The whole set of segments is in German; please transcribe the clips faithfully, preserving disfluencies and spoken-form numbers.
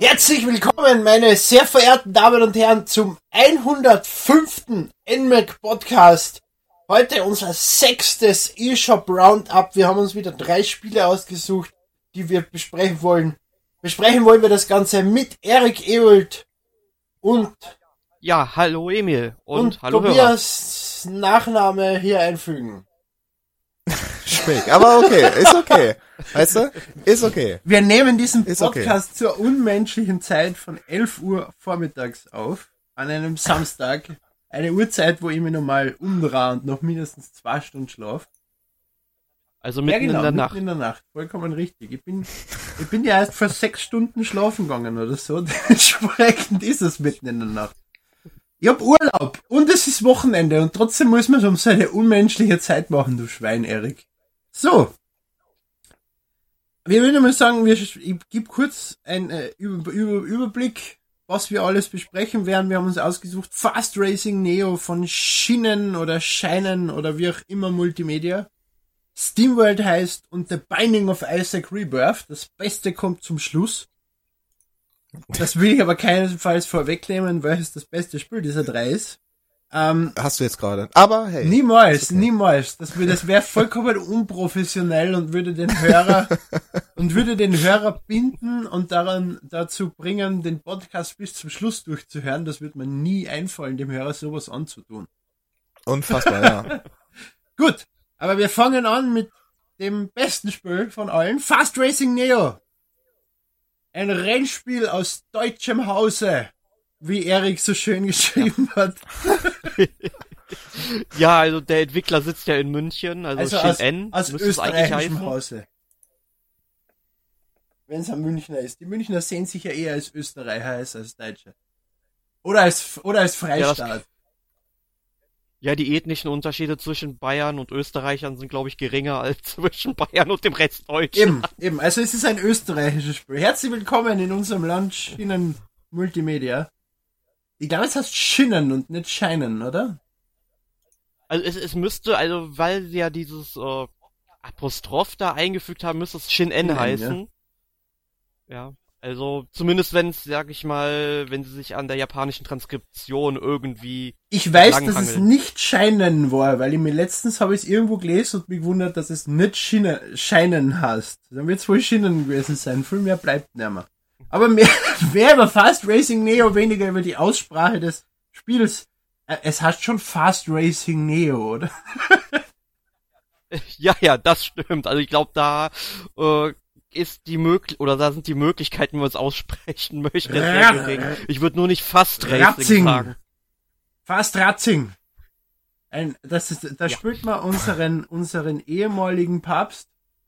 Herzlich willkommen, meine sehr verehrten Damen und Herren, zum hundertfünften N M A C Podcast. Heute unser sechstes eShop Roundup. Wir haben uns wieder drei Spiele ausgesucht, die wir besprechen wollen. Besprechen wollen wir das Ganze mit Erik Ewald und ja, hallo Emil und, und hallo Tobias Hörer. Nachname hier einfügen. Schräg, aber okay, ist okay. Weißt du? Ist okay. Wir nehmen diesen ist Podcast okay. zur unmenschlichen Zeit von elf Uhr vormittags auf, an einem Samstag. Eine Uhrzeit, wo ich mich normal umdrehe und noch mindestens zwei Stunden schlafe. Also mitten ja, genau, in der mitten Nacht. in der Nacht, vollkommen richtig. Ich bin, ich bin ja erst vor sechs Stunden schlafen gegangen oder so. Dementsprechend ist es mitten in der Nacht. Ich hab Urlaub und es ist Wochenende und trotzdem muss man es um so eine unmenschliche Zeit machen, du Schwein, Erik. So. Wir würden mal sagen, wir, ich gebe kurz einen äh, Über, Über, Überblick, was wir alles besprechen werden. Wir haben uns ausgesucht Fast Racing Neo von Schienen oder Scheinen oder wie auch immer Multimedia. SteamWorld heißt und The Binding of Isaac Rebirth. Das Beste kommt zum Schluss. Das will ich aber keinesfalls vorwegnehmen, weil es das beste Spiel dieser drei ist. Ähm, Hast du jetzt gerade. Aber hey. Niemals, okay. niemals. Das, das wäre vollkommen unprofessionell und würde den Hörer und würde den Hörer binden und daran dazu bringen, den Podcast bis zum Schluss durchzuhören. Das wird mir nie einfallen, dem Hörer sowas anzutun. Unfassbar, ja. Gut, aber wir fangen an mit dem besten Spiel von allen, Fast Racing Neo. Ein Rennspiel aus deutschem Hause, wie Erik so schön geschrieben hat. Ja, also der Entwickler sitzt ja in München, also, also Shin aus, N, aus müsste es eigentlich heißen. Hause. Wenn es ein Münchner ist. Die Münchner sehen sich ja eher als Österreicher als als Deutsche. Oder als, oder als Freistaat. Ja, das, ja, die ethnischen Unterschiede zwischen Bayern und Österreichern sind, glaube ich, geringer als zwischen Bayern und dem Rest Deutschlands. Eben, eben. Also es ist ein österreichisches Spiel. Herzlich willkommen in unserem Land Schienen Multimedia. Ich glaube, es heißt Schienen und nicht Scheinen, oder? Also es, es müsste, also weil sie ja dieses äh, Apostroph da eingefügt haben, müsste es Shin N heißen. Ja. ja. Also zumindest wenn es, sag ich mal, wenn sie sich an der japanischen Transkription irgendwie Ich weiß, dass es nicht Scheinen war, weil ich mir letztens habe ich es irgendwo gelesen und mich gewundert, dass es nicht Schiene, Scheinen heißt. Dann wird es wohl Schienen gewesen sein. Viel mehr bleibt nicht mehr. Aber mehr, mehr über Fast Racing Neo, weniger über die Aussprache des Spiels. Es heißt schon Fast Racing Neo, oder? Ja, ja, das stimmt. Also ich glaube, da äh, ist die möglich oder da sind die Möglichkeiten, wie man es aussprechen möchte, sehr gering. Ich würde nur nicht Fast Racing Ratzing. sagen. Fast Ratzing. Ein, das ist, da ja. spielt man unseren, unseren ehemaligen Papst.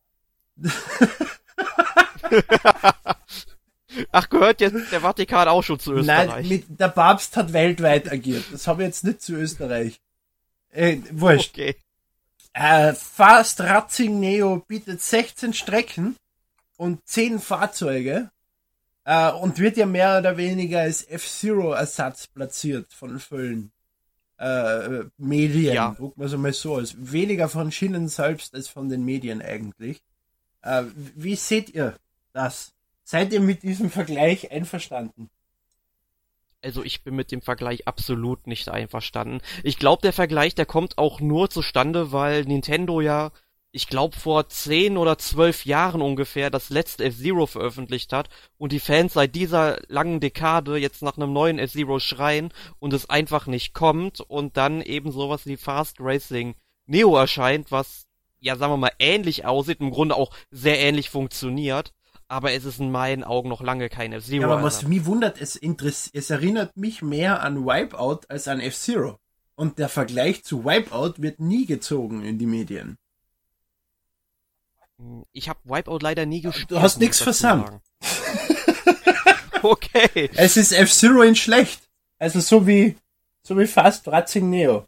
Ach, gehört jetzt der Vatikan auch schon zu Österreich? Nein, mit, der Papst hat weltweit agiert. Das habe ich jetzt nicht zu Österreich. Äh, wurscht. Okay. Äh, Fast Ratzing Neo bietet sechzehn Strecken und zehn Fahrzeuge äh, und wird ja mehr oder weniger als F-Zero-Ersatz platziert von vielen äh, Medien. Ja. Drucken wir es mal so aus. Weniger von Schienen selbst als von den Medien eigentlich. Äh, wie seht ihr das? Seid ihr mit diesem Vergleich einverstanden? Also ich bin mit dem Vergleich absolut nicht einverstanden. Ich glaube, der Vergleich, der kommt auch nur zustande, weil Nintendo ja, ich glaube, vor zehn oder zwölf Jahren ungefähr das letzte F-Zero veröffentlicht hat und die Fans seit dieser langen Dekade jetzt nach einem neuen F-Zero schreien und es einfach nicht kommt und dann eben sowas wie Fast Racing Neo erscheint, was, ja, sagen wir mal, ähnlich aussieht, im Grunde auch sehr ähnlich funktioniert. Aber es ist in meinen Augen noch lange kein F-Zero. Ja, aber was mich wundert, es, interess- es erinnert mich mehr an Wipeout als an F-Zero. Und der Vergleich zu Wipeout wird nie gezogen in die Medien. Ich habe Wipeout leider nie gespielt. Du hast nichts versandt. Okay. Es ist F-Zero in schlecht. Also so wie so wie Fast Racing Neo.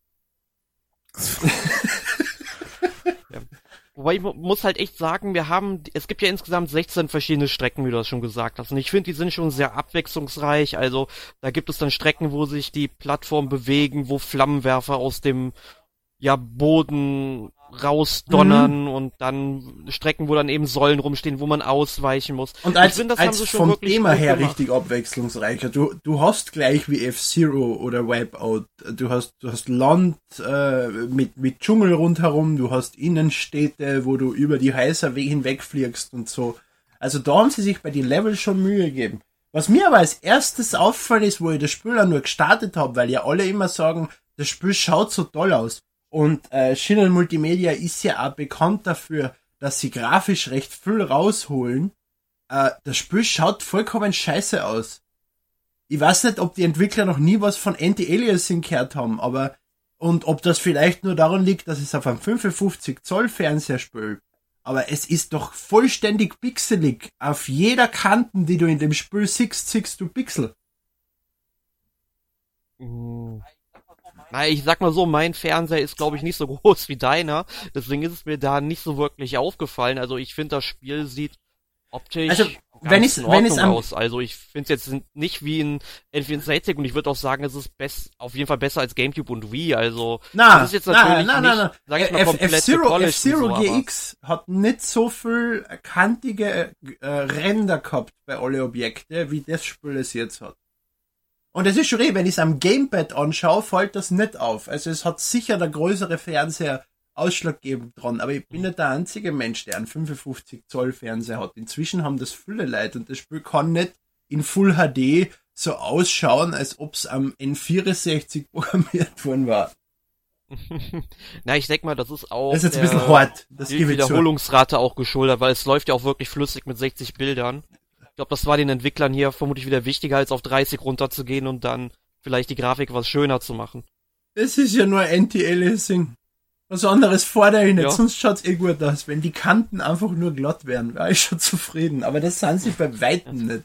Wobei ich muss halt echt sagen, wir haben, es gibt ja insgesamt sechzehn verschiedene Strecken, wie du das schon gesagt hast. Und ich finde, die sind schon sehr abwechslungsreich. Also da gibt es dann Strecken, wo sich die Plattformen bewegen, wo Flammenwerfer aus dem ja Boden rausdonnern Mhm. und dann Strecken, wo dann eben Säulen rumstehen, wo man ausweichen muss. Und als, ich finde, das haben als sie schon vom wirklich Thema gut her gemacht. richtig abwechslungsreicher. Du, du hast gleich wie F-Zero oder Wipeout, du hast, du hast Land äh, mit, mit Dschungel rundherum, du hast Innenstädte, wo du über die Häuser we- hinwegfliegst und so. Also da haben sie sich bei den Levels schon Mühe gegeben. Was mir aber als erstes auffällt ist, wo ich das Spiel auch nur gestartet habe, weil ja alle immer sagen, das Spiel schaut so toll aus. Und äh, Channel Multimedia ist ja auch bekannt dafür, dass sie grafisch recht viel rausholen. Äh, das Spiel schaut vollkommen scheiße aus. Ich weiß nicht, ob die Entwickler noch nie was von Anti-Aliasing gehört haben, aber und ob das vielleicht nur daran liegt, dass es auf einem fünfundfünfzig Zoll Fernseher spielt. Aber es ist doch vollständig pixelig. Auf jeder Kanten, die du in dem Spiel siehst, siehst du Pixel. Mm. Na, ich sag mal so, mein Fernseher ist, glaube ich, nicht so groß wie deiner. Deswegen ist es mir da nicht so wirklich aufgefallen. Also ich finde, das Spiel sieht optisch Also, ganz wenn es- in wenn es Ordnung am- aus. Also ich finde es jetzt nicht wie ein N vierundsechzig und ich würde auch sagen, es ist best, auf jeden Fall besser als GameCube und Wii. Also Na, das ist jetzt na, natürlich na, na, nicht, na. sag ich mal, F- komplett F-Zero, gepolished F-Zero und so, G X hat nicht so viel kantige äh, Ränder gehabt bei alle Objekte, wie das Spiel es jetzt hat. Und es ist schon eh, wenn ich es am Gamepad anschaue, fällt das nicht auf. Also es hat sicher der größere Fernseher ausschlaggebend dran, aber ich bin nicht der einzige Mensch, der einen fünfundfünfzig Zoll Fernseher hat. Inzwischen haben das viele Leute und das Spiel kann nicht in Full H D so ausschauen, als ob es am N vierundsechzig programmiert worden war. Na, ich denke mal, das ist auch Das ist jetzt ein der bisschen hart, das die gebe ich zu. Wiederholungsrate auch geschuldet, weil es läuft ja auch wirklich flüssig mit sechzig Bildern. Ich glaube, das war den Entwicklern hier vermutlich wieder wichtiger, als auf dreißig runterzugehen und dann vielleicht die Grafik was schöner zu machen. Es ist ja nur Anti-Aliasing. Was anderes fordere ich nicht, Ja. sonst schaut's eh gut aus. Wenn die Kanten einfach nur glatt wären, wäre ich schon zufrieden. Aber das sind sie bei Weitem nicht.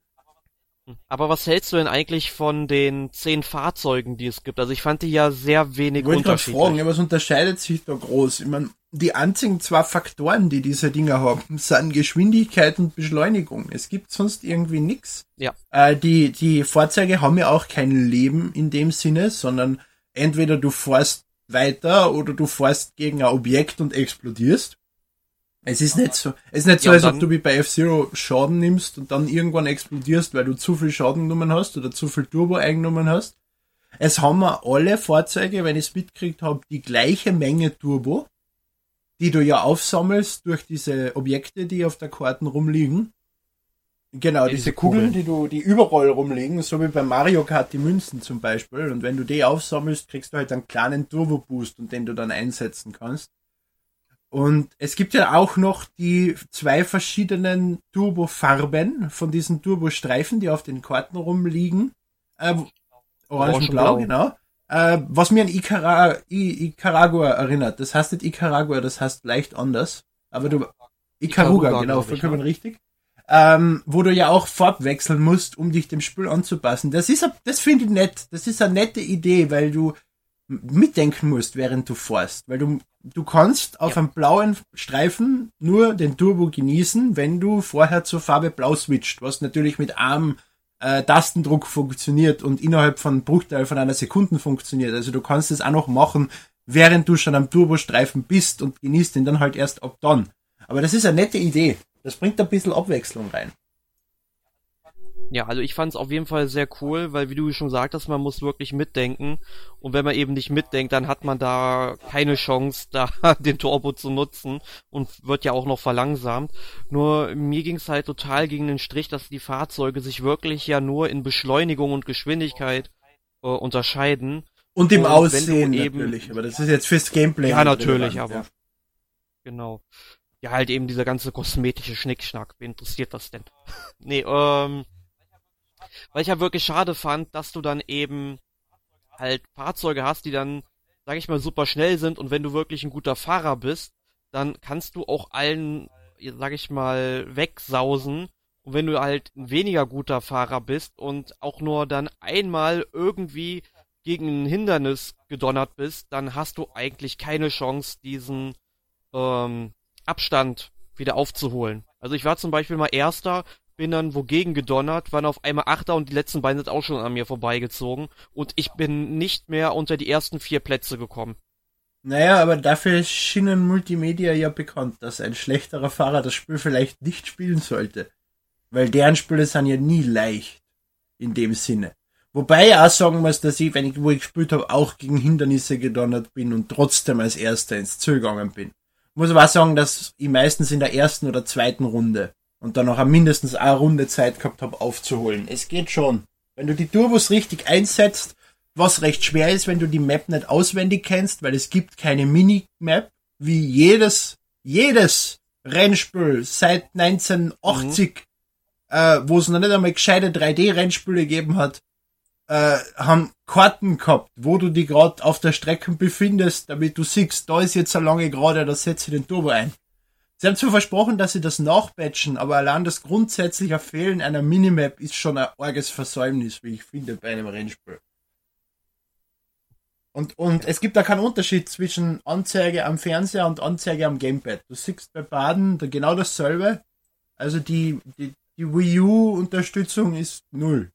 Aber was hältst du denn eigentlich von den zehn Fahrzeugen, die es gibt? Also ich fand die ja sehr wenig Ich wollte gerade unterschiedlich. fragen, ja, was unterscheidet sich da groß? Ich meine, die einzigen zwei Faktoren, die diese Dinger haben, sind Geschwindigkeit und Beschleunigung. Es gibt sonst irgendwie nix. Ja. Äh, die, die Fahrzeuge haben ja auch kein Leben in dem Sinne, sondern entweder du fährst weiter oder du fährst gegen ein Objekt und explodierst. Es ist nicht so, es ist nicht so, Ja, als ob dann- du wie bei F-Zero Schaden nimmst und dann irgendwann explodierst, weil du zu viel Schaden genommen hast oder zu viel Turbo eingenommen hast. Es haben wir alle Fahrzeuge, wenn ich es mitgekriegt habe, die gleiche Menge Turbo, die du ja aufsammelst durch diese Objekte, die auf der Karte rumliegen. Genau, Ja, diese diese Kugeln, Kugeln. die du, die überall rumliegen, so wie bei Mario Kart die Münzen zum Beispiel. Und wenn du die aufsammelst, kriegst du halt einen kleinen Turbo-Boost und den du dann einsetzen kannst. Und es gibt ja auch noch die zwei verschiedenen Turbo-Farben von diesen Turbo-Streifen, die auf den Karten rumliegen. Äh, Orange und Blau, Blau. genau. Äh, was mir an Icara, I, Icaragua erinnert. Das heißt nicht Icaragua, das heißt leicht anders. Aber du, Icaruga, Icaruga, genau, glaub ich, vollkommen richtig. Ähm, wo du ja auch Farb wechseln musst, um dich dem Spiel anzupassen. Das ist, a- das finde ich nett. Das ist eine nette Idee, weil du m- mitdenken musst, während du fährst. Weil du, du kannst auf Ja. einem blauen Streifen nur den Turbo genießen, wenn du vorher zur Farbe blau switcht, was natürlich mit einem äh, Tastendruck funktioniert und innerhalb von Bruchteil von einer Sekunde funktioniert. Also du kannst es auch noch machen, während du schon am Turbostreifen bist und genießt ihn dann halt erst ab dann. Aber das ist eine nette Idee. Das bringt ein bisschen Abwechslung rein. Ja, also ich fand es auf jeden Fall sehr cool, weil wie du schon sagtest, man muss wirklich mitdenken. Und wenn man eben nicht mitdenkt, dann hat man da keine Chance, da den Turbo zu nutzen und wird ja auch noch verlangsamt. Nur mir ging es halt total gegen den Strich, dass die Fahrzeuge sich wirklich ja nur in Beschleunigung und Geschwindigkeit äh, unterscheiden. Und im Und wenn Aussehen du eben- natürlich. Aber das ist jetzt fürs Gameplay. Ja, nicht natürlich, relevant, aber genau. Ja, halt eben dieser ganze kosmetische Schnickschnack. Wen interessiert das denn? Nee, ähm, weil ich ja wirklich schade fand, dass du dann eben halt Fahrzeuge hast, die dann, sag ich mal, super schnell sind und wenn du wirklich ein guter Fahrer bist, dann kannst du auch allen, sag ich mal, wegsausen. Und wenn du halt ein weniger guter Fahrer bist und auch nur dann einmal irgendwie gegen ein Hindernis gedonnert bist, dann hast du eigentlich keine Chance, diesen ähm, Abstand wieder aufzuholen. Also ich war zum Beispiel mal Erster, bin dann wogegen gedonnert, war dann auf einmal Achter und die letzten beiden sind auch schon an mir vorbeigezogen und ich bin nicht mehr unter die ersten vier Plätze gekommen. Naja, aber dafür ist Schienen Multimedia ja bekannt, dass ein schlechterer Fahrer das Spiel vielleicht nicht spielen sollte. Weil deren Spiele sind ja nie leicht. In dem Sinne. Wobei ich auch sagen muss, dass ich, wenn ich wo ich gespielt habe, auch gegen Hindernisse gedonnert bin und trotzdem als Erster ins Ziel gegangen bin. Muss aber auch sagen, dass ich meistens in der ersten oder zweiten Runde und dann noch mindestens eine Runde Zeit gehabt habe aufzuholen. Es geht schon. Wenn du die Turbos richtig einsetzt, was recht schwer ist, wenn du die Map nicht auswendig kennst, weil es gibt keine Minimap, wie jedes, jedes Rennspiel seit neunzehnhundertachtzig, mhm. äh, wo es noch nicht einmal gescheite drei D-Rennspiele gegeben hat, äh, haben Karten gehabt, wo du dich gerade auf der Strecke befindest, damit du siehst, da ist jetzt eine lange Gerade, da setze ich den Turbo ein. Sie haben zwar versprochen, dass sie das nachbatchen, aber allein das grundsätzliche Fehlen einer Minimap ist schon ein arges Versäumnis, wie ich finde, bei einem Rennspiel. Und, und es gibt da keinen Unterschied zwischen Anzeige am Fernseher und Anzeige am Gamepad. Du siehst bei beiden genau dasselbe. Also die, die, die Wii U-Unterstützung ist null.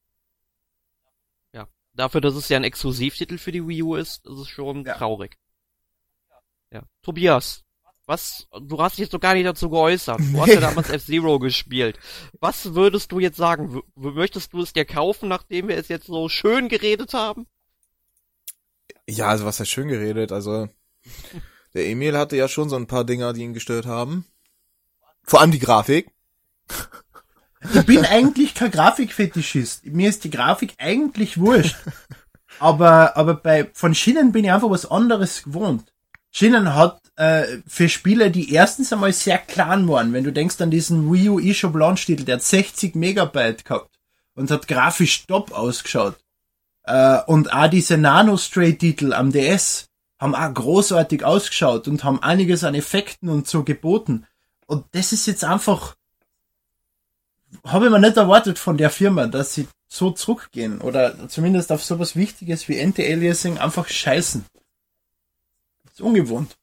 Ja, dafür, dass es ja ein Exklusivtitel für die Wii U ist, ist es schon ja. traurig. Ja. Tobias, was, du hast dich jetzt doch gar nicht dazu geäußert. Du hast ja damals F-Zero gespielt. Was würdest du jetzt sagen? W- möchtest du es dir kaufen, nachdem wir es jetzt so schön geredet haben? Ja, also was heißt schön geredet, also der Emil hatte ja schon so ein paar Dinger, die ihn gestört haben. Vor allem die Grafik. Ich bin eigentlich kein Grafikfetischist. Mir ist die Grafik eigentlich wurscht. Aber, aber bei, von Schienen bin ich einfach was anderes gewohnt. Schienen hat, äh, für Spiele, die erstens einmal sehr klein waren, wenn du denkst an diesen Wii U eShop Launch-Titel, der hat sechzig Megabyte gehabt und hat grafisch top ausgeschaut. Uh, und auch diese Nano-Stray-Titel am D S haben auch großartig ausgeschaut und haben einiges an Effekten und so geboten. Und das ist jetzt einfach, habe ich mir nicht erwartet von der Firma, dass sie so zurückgehen oder zumindest auf sowas Wichtiges wie Anti-Aliasing einfach scheißen. Das ist ungewohnt.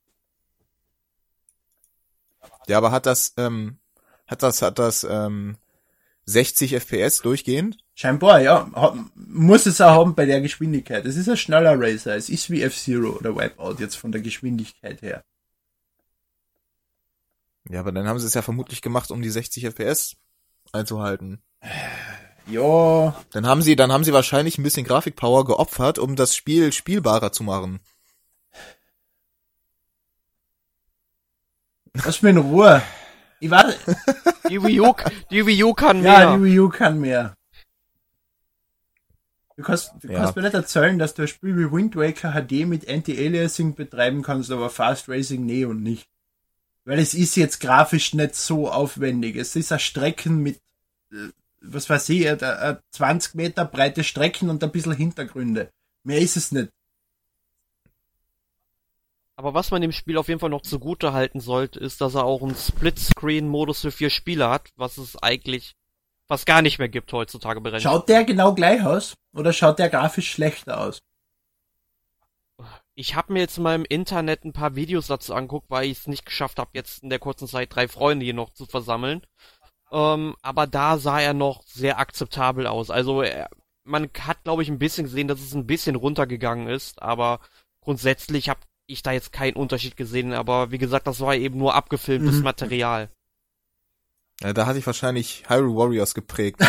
Ja, aber hat das, ähm, hat das, hat das, ähm, sechzig F P S durchgehend? Scheinbar, ja. Hat, muss es auch haben bei der Geschwindigkeit. Es ist ein schneller Racer. Es ist wie F-Zero oder Wipeout jetzt von der Geschwindigkeit her. Ja, aber dann haben sie es ja vermutlich gemacht, um die sechzig F P S einzuhalten. Ja. Dann haben sie, dann haben sie wahrscheinlich ein bisschen Grafikpower geopfert, um das Spiel spielbarer zu machen. Lass mir in Ruhe. Ich warte. Die Wii U, die Wii U kann mehr. Ja, die Wii U kann mehr. Du kannst, du Ja. kannst mir nicht erzählen, dass du ein Spiel wie Wind Waker H D mit Anti-Aliasing betreiben kannst, aber Fast Racing nee und nicht. Weil es ist jetzt grafisch nicht so aufwendig. Es ist ein Strecken mit, äh, was weiß ich, ein, ein zwanzig Meter breite Strecken und ein bisschen Hintergründe. Mehr ist es nicht. Aber was man dem Spiel auf jeden Fall noch zugute halten sollte, ist, dass er auch einen Split-Screen-Modus für vier Spieler hat, was es eigentlich fast gar nicht mehr gibt heutzutage bei Rennen. Schaut der genau gleich aus? Oder schaut der grafisch schlechter aus? Ich habe mir jetzt mal im Internet ein paar Videos dazu angeguckt, weil ich es nicht geschafft habe, jetzt in der kurzen Zeit drei Freunde hier noch zu versammeln. Ähm, aber da sah er noch sehr akzeptabel aus. Also er, man hat, glaube ich, ein bisschen gesehen, dass es ein bisschen runtergegangen ist, aber grundsätzlich habe ich da jetzt keinen Unterschied gesehen. Aber wie gesagt, das war eben nur abgefilmtes Mhm. Material. Ja, da hatte ich wahrscheinlich Hyrule Warriors geprägt. Ne?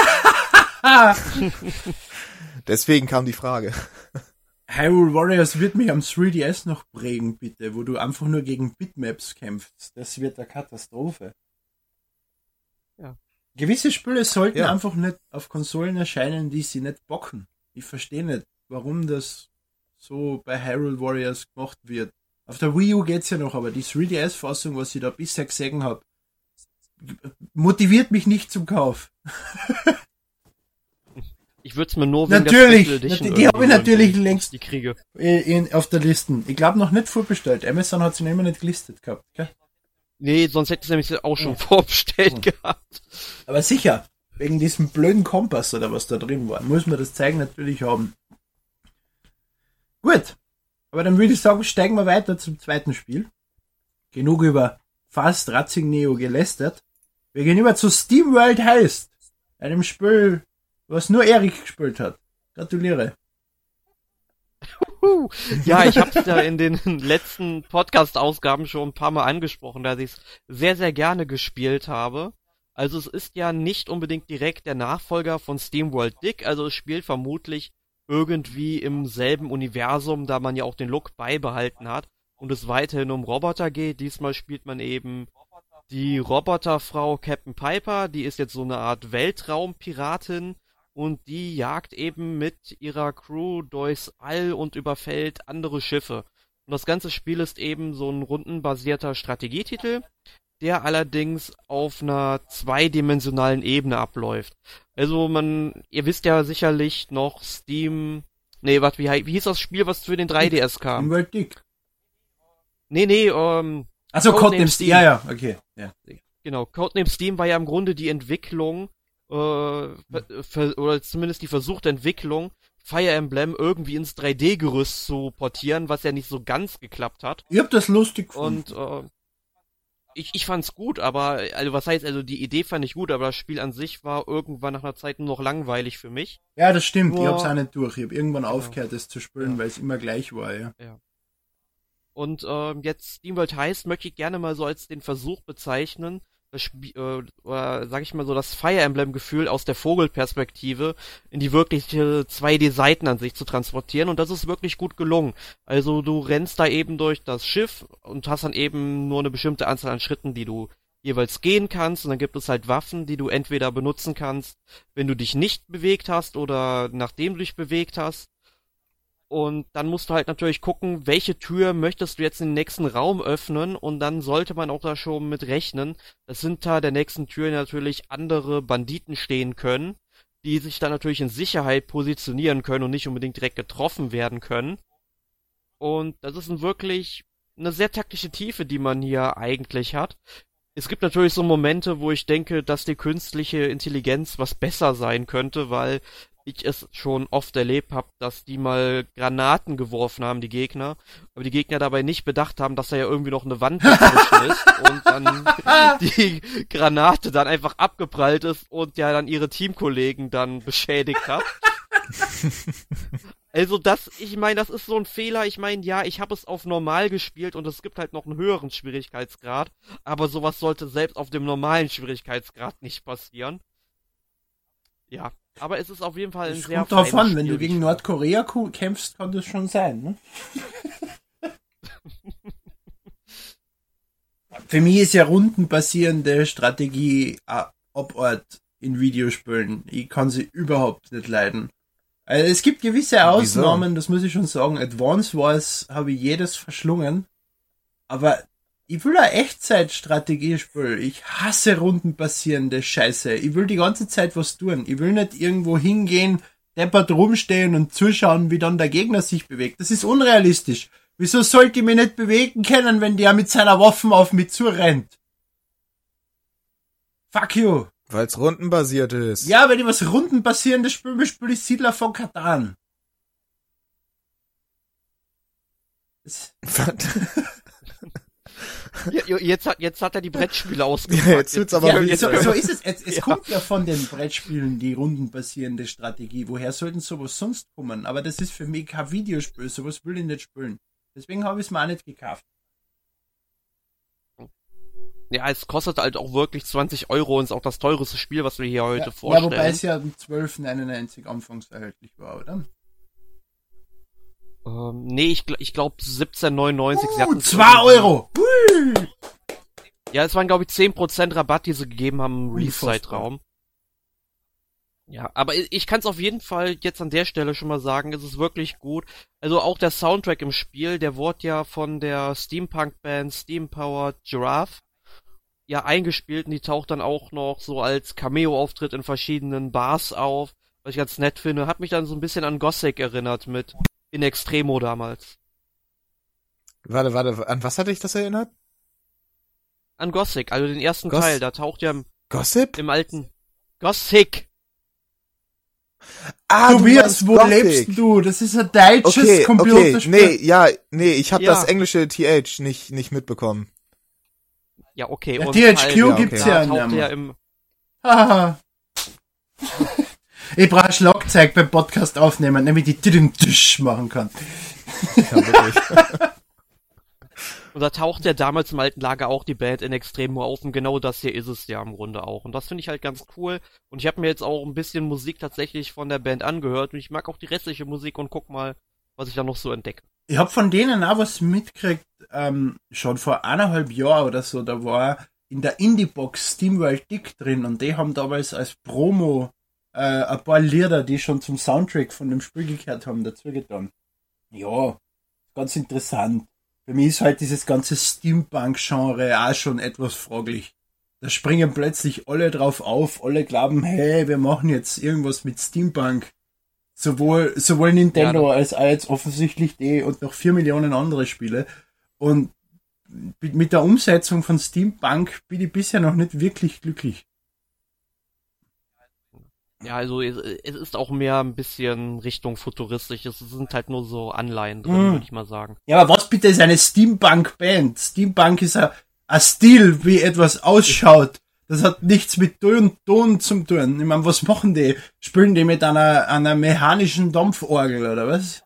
Deswegen kam die Frage. Hyrule Warriors wird mich am drei D S noch prägen, bitte, wo du einfach nur gegen Bitmaps kämpfst. Das wird eine Katastrophe. Ja. Gewisse Spiele sollten Ja. einfach nicht auf Konsolen erscheinen, die sie nicht bocken. Ich verstehe nicht, warum das so bei Hyrule Warriors gemacht wird. Auf der Wii U geht's ja noch, aber die drei D S-Fassung, was ich da bisher gesehen habe, motiviert mich nicht zum Kauf. Ich würde es mir nur wegen Natürlich, der Special Edition die, die habe ich irgendwie natürlich wünschen, längst die kriege. in, auf der Liste. Ich glaube noch nicht vorbestellt. Amazon hat sie noch immer nicht gelistet gehabt. Gell? Nee, sonst hätte ich es nämlich auch schon vorbestellt gehabt. Aber sicher, wegen diesem blöden Kompass oder was da drin war, muss man das Zeigen natürlich haben. Gut, aber dann würde ich sagen, steigen wir weiter zum zweiten Spiel. Genug über Fast Racing Neo gelästert. Wir gehen über zu SteamWorld Heist, einem Spiel, was nur Erik gespielt hat. Gratuliere. Juhu. Ja, ich habe es ja in den letzten Podcast-Ausgaben schon ein paar Mal angesprochen, dass ich es sehr, sehr gerne gespielt habe. Also es ist ja nicht unbedingt direkt der Nachfolger von SteamWorld Dig, also es spielt vermutlich irgendwie im selben Universum, da man ja auch den Look beibehalten hat und es weiterhin um Roboter geht. Diesmal spielt man eben die Roboterfrau Captain Piper, die ist jetzt so eine Art Weltraumpiratin und die jagt eben mit ihrer Crew durchs All und überfällt andere Schiffe. Und das ganze Spiel ist eben so ein rundenbasierter Strategietitel, der allerdings auf einer zweidimensionalen Ebene abläuft. Also man, ihr wisst ja sicherlich noch Steam, nee, warte, wie, wie hieß das Spiel, was für den drei D S kam? World Dig. Nee, nee, ähm... Achso, Codename Steam. Ja, ja, okay. Ja. Genau, Codename Steam war ja im Grunde die Entwicklung, äh, für, oder zumindest die versuchte Entwicklung, Fire Emblem irgendwie ins drei D-Gerüst zu portieren, was ja nicht so ganz geklappt hat. Ich hab das lustig gefunden. Und, äh, Ich, ich fand's gut, aber, also was heißt, also die Idee fand ich gut, aber das Spiel an sich war irgendwann nach einer Zeit nur noch langweilig für mich. Ja, das stimmt, Nur, ich hab's auch nicht durch. Ich hab irgendwann genau. aufgehört, das zu spielen, Ja. weil es immer gleich war, ja. Ja. Und ähm, jetzt SteamWorld Heist möchte ich gerne mal so als den Versuch bezeichnen, das Spiel, äh, oder sag ich mal so, das Fire Emblem-Gefühl aus der Vogelperspektive in die wirkliche zwei D-Seiten an sich zu transportieren und das ist wirklich gut gelungen. Also du rennst da eben durch das Schiff und hast dann eben nur eine bestimmte Anzahl an Schritten, die du jeweils gehen kannst und dann gibt es halt Waffen, die du entweder benutzen kannst, wenn du dich nicht bewegt hast oder nachdem du dich bewegt hast. Und dann musst du halt natürlich gucken, welche Tür möchtest du jetzt in den nächsten Raum öffnen und dann sollte man auch da schon mit rechnen, dass hinter der nächsten Tür natürlich andere Banditen stehen können, die sich dann natürlich in Sicherheit positionieren können und nicht unbedingt direkt getroffen werden können. Und das ist ein wirklich eine sehr taktische Tiefe, die man hier eigentlich hat. Es gibt natürlich so Momente, wo ich denke, dass die künstliche Intelligenz was besser sein könnte, weil ich es schon oft erlebt habe, dass die mal Granaten geworfen haben, die Gegner, aber die Gegner dabei nicht bedacht haben, dass da ja irgendwie noch eine Wand dazwischen ist und dann die Granate dann einfach abgeprallt ist und ja dann ihre Teamkollegen dann beschädigt hat. Also das, ich meine, das ist so ein Fehler. Ich meine, ja, ich habe es auf normal gespielt und es gibt halt noch einen höheren Schwierigkeitsgrad, aber sowas sollte selbst auf dem normalen Schwierigkeitsgrad nicht passieren. Ja, aber es ist auf jeden Fall ein Es sehr kommt drauf feines an, wenn Spiel, du gegen ich- Nordkorea ku- kämpfst, kann das schon sein, ne? Für mich ist ja rundenbasierende Strategie äh, Obort in Videospielen. Ich kann sie überhaupt nicht leiden. Also es gibt gewisse Wieso? Ausnahmen, das muss ich schon sagen. Advance Wars habe ich jedes verschlungen. Aber ich will eine Echtzeitstrategie spielen. Ich hasse rundenbasierende Scheiße. Ich will die ganze Zeit was tun. Ich will nicht irgendwo hingehen, deppert rumstehen und zuschauen, wie dann der Gegner sich bewegt. Das ist unrealistisch. Wieso sollte ich mich nicht bewegen können, wenn der mit seiner Waffen auf mich zurennt? Fuck you. Weil's rundenbasiert ist. Ja, wenn ich was rundenbasierendes spiele, will, spiele ich Siedler von Katan. Das- Ja, ja, jetzt hat, jetzt hat er die Brettspiele Ja, ausgepackt. jetzt wird's aber Ja, wieder- so, so ist es. Es, es Ja. kommt ja von den Brettspielen, die rundenbasierende Strategie. Woher sollten sowas sonst kommen? Aber das ist für mich kein Videospiel. Sowas will ich nicht spielen. Deswegen habe ich es mir auch nicht gekauft. Ja, es kostet halt auch wirklich zwanzig Euro und ist auch das teureste Spiel, was wir hier heute Ja, ja, vorstellen. wobei es ja um zwölf neunundneunzig anfangs erhältlich war, oder? ähm, nee, ich, gl- ich glaube siebzehn neunundneunzig. sie Uh, hatten's zwei irgendwie- Euro! Hui. Ja, es waren, glaube ich, zehn Prozent Rabatt, die sie gegeben haben im Unfassbar. Release-Zeitraum. Ja, aber ich, ich kann es auf jeden Fall jetzt an der Stelle schon mal sagen, es ist wirklich gut. Also auch der Soundtrack im Spiel, der wurde ja von der Steampunk-Band Steam-Powered Giraffe ja eingespielt und die taucht dann auch noch so als Cameo-Auftritt in verschiedenen Bars auf, was ich ganz nett finde. Hat mich dann so ein bisschen an Gothic erinnert mit In Extremo damals. Warte, warte, an was hatte ich das erinnert? An Gothic, also den ersten Gos- Teil, da taucht ja im, Gossip? im alten Gothic. Ah, du Tobias, meinst wo Gothic. lebst du? Das ist ein deutsches Okay, okay, Computerspiel. nee, ja, nee, ich habe Ja. das englische T H nicht nicht mitbekommen. Ja, okay. Ja, und T H Q halt, gibt's da ja taucht nicht mehr. er im, Haha. Ich brauche Schlagzeug beim Podcast aufnehmen, damit ich Tisch machen kann. Ja, wirklich. Und da taucht ja damals im alten Lager auch die Band in Extremo auf und genau das hier ist es ja im Grunde auch. Und das finde ich halt ganz cool. Und ich habe mir jetzt auch ein bisschen Musik tatsächlich von der Band angehört und ich mag auch die restliche Musik und guck mal, was ich da noch so entdecke. Ich hab von denen auch was mitgekriegt, ähm, schon vor eineinhalb Jahren oder so, da war in der Indie-Box SteamWorld Dick drin und die haben damals als Promo äh, ein paar Lieder, die schon zum Soundtrack von dem Spiel gehört haben, dazu getan. Ja, ganz interessant. Für mich ist halt dieses ganze Steampunk-Genre auch schon etwas fraglich. Da springen plötzlich alle drauf auf, alle glauben, hey, wir machen jetzt irgendwas mit Steampunk. Sowohl, sowohl Nintendo ja, als auch jetzt offensichtlich die und noch vier Millionen andere Spiele. Und mit der Umsetzung von Steampunk bin ich bisher noch nicht wirklich glücklich. Ja, also es, es ist auch mehr ein bisschen Richtung futuristisch. Es sind halt nur so Anleihen drin, mm. würde ich mal sagen. Ja, aber was bitte ist eine Steampunk-Band? Steampunk ist ein, ein Stil, wie etwas ausschaut. Das hat nichts mit Ton und Ton zu tun. Ich meine, was machen die? Spielen die mit einer, einer mechanischen Dampforgel, oder was?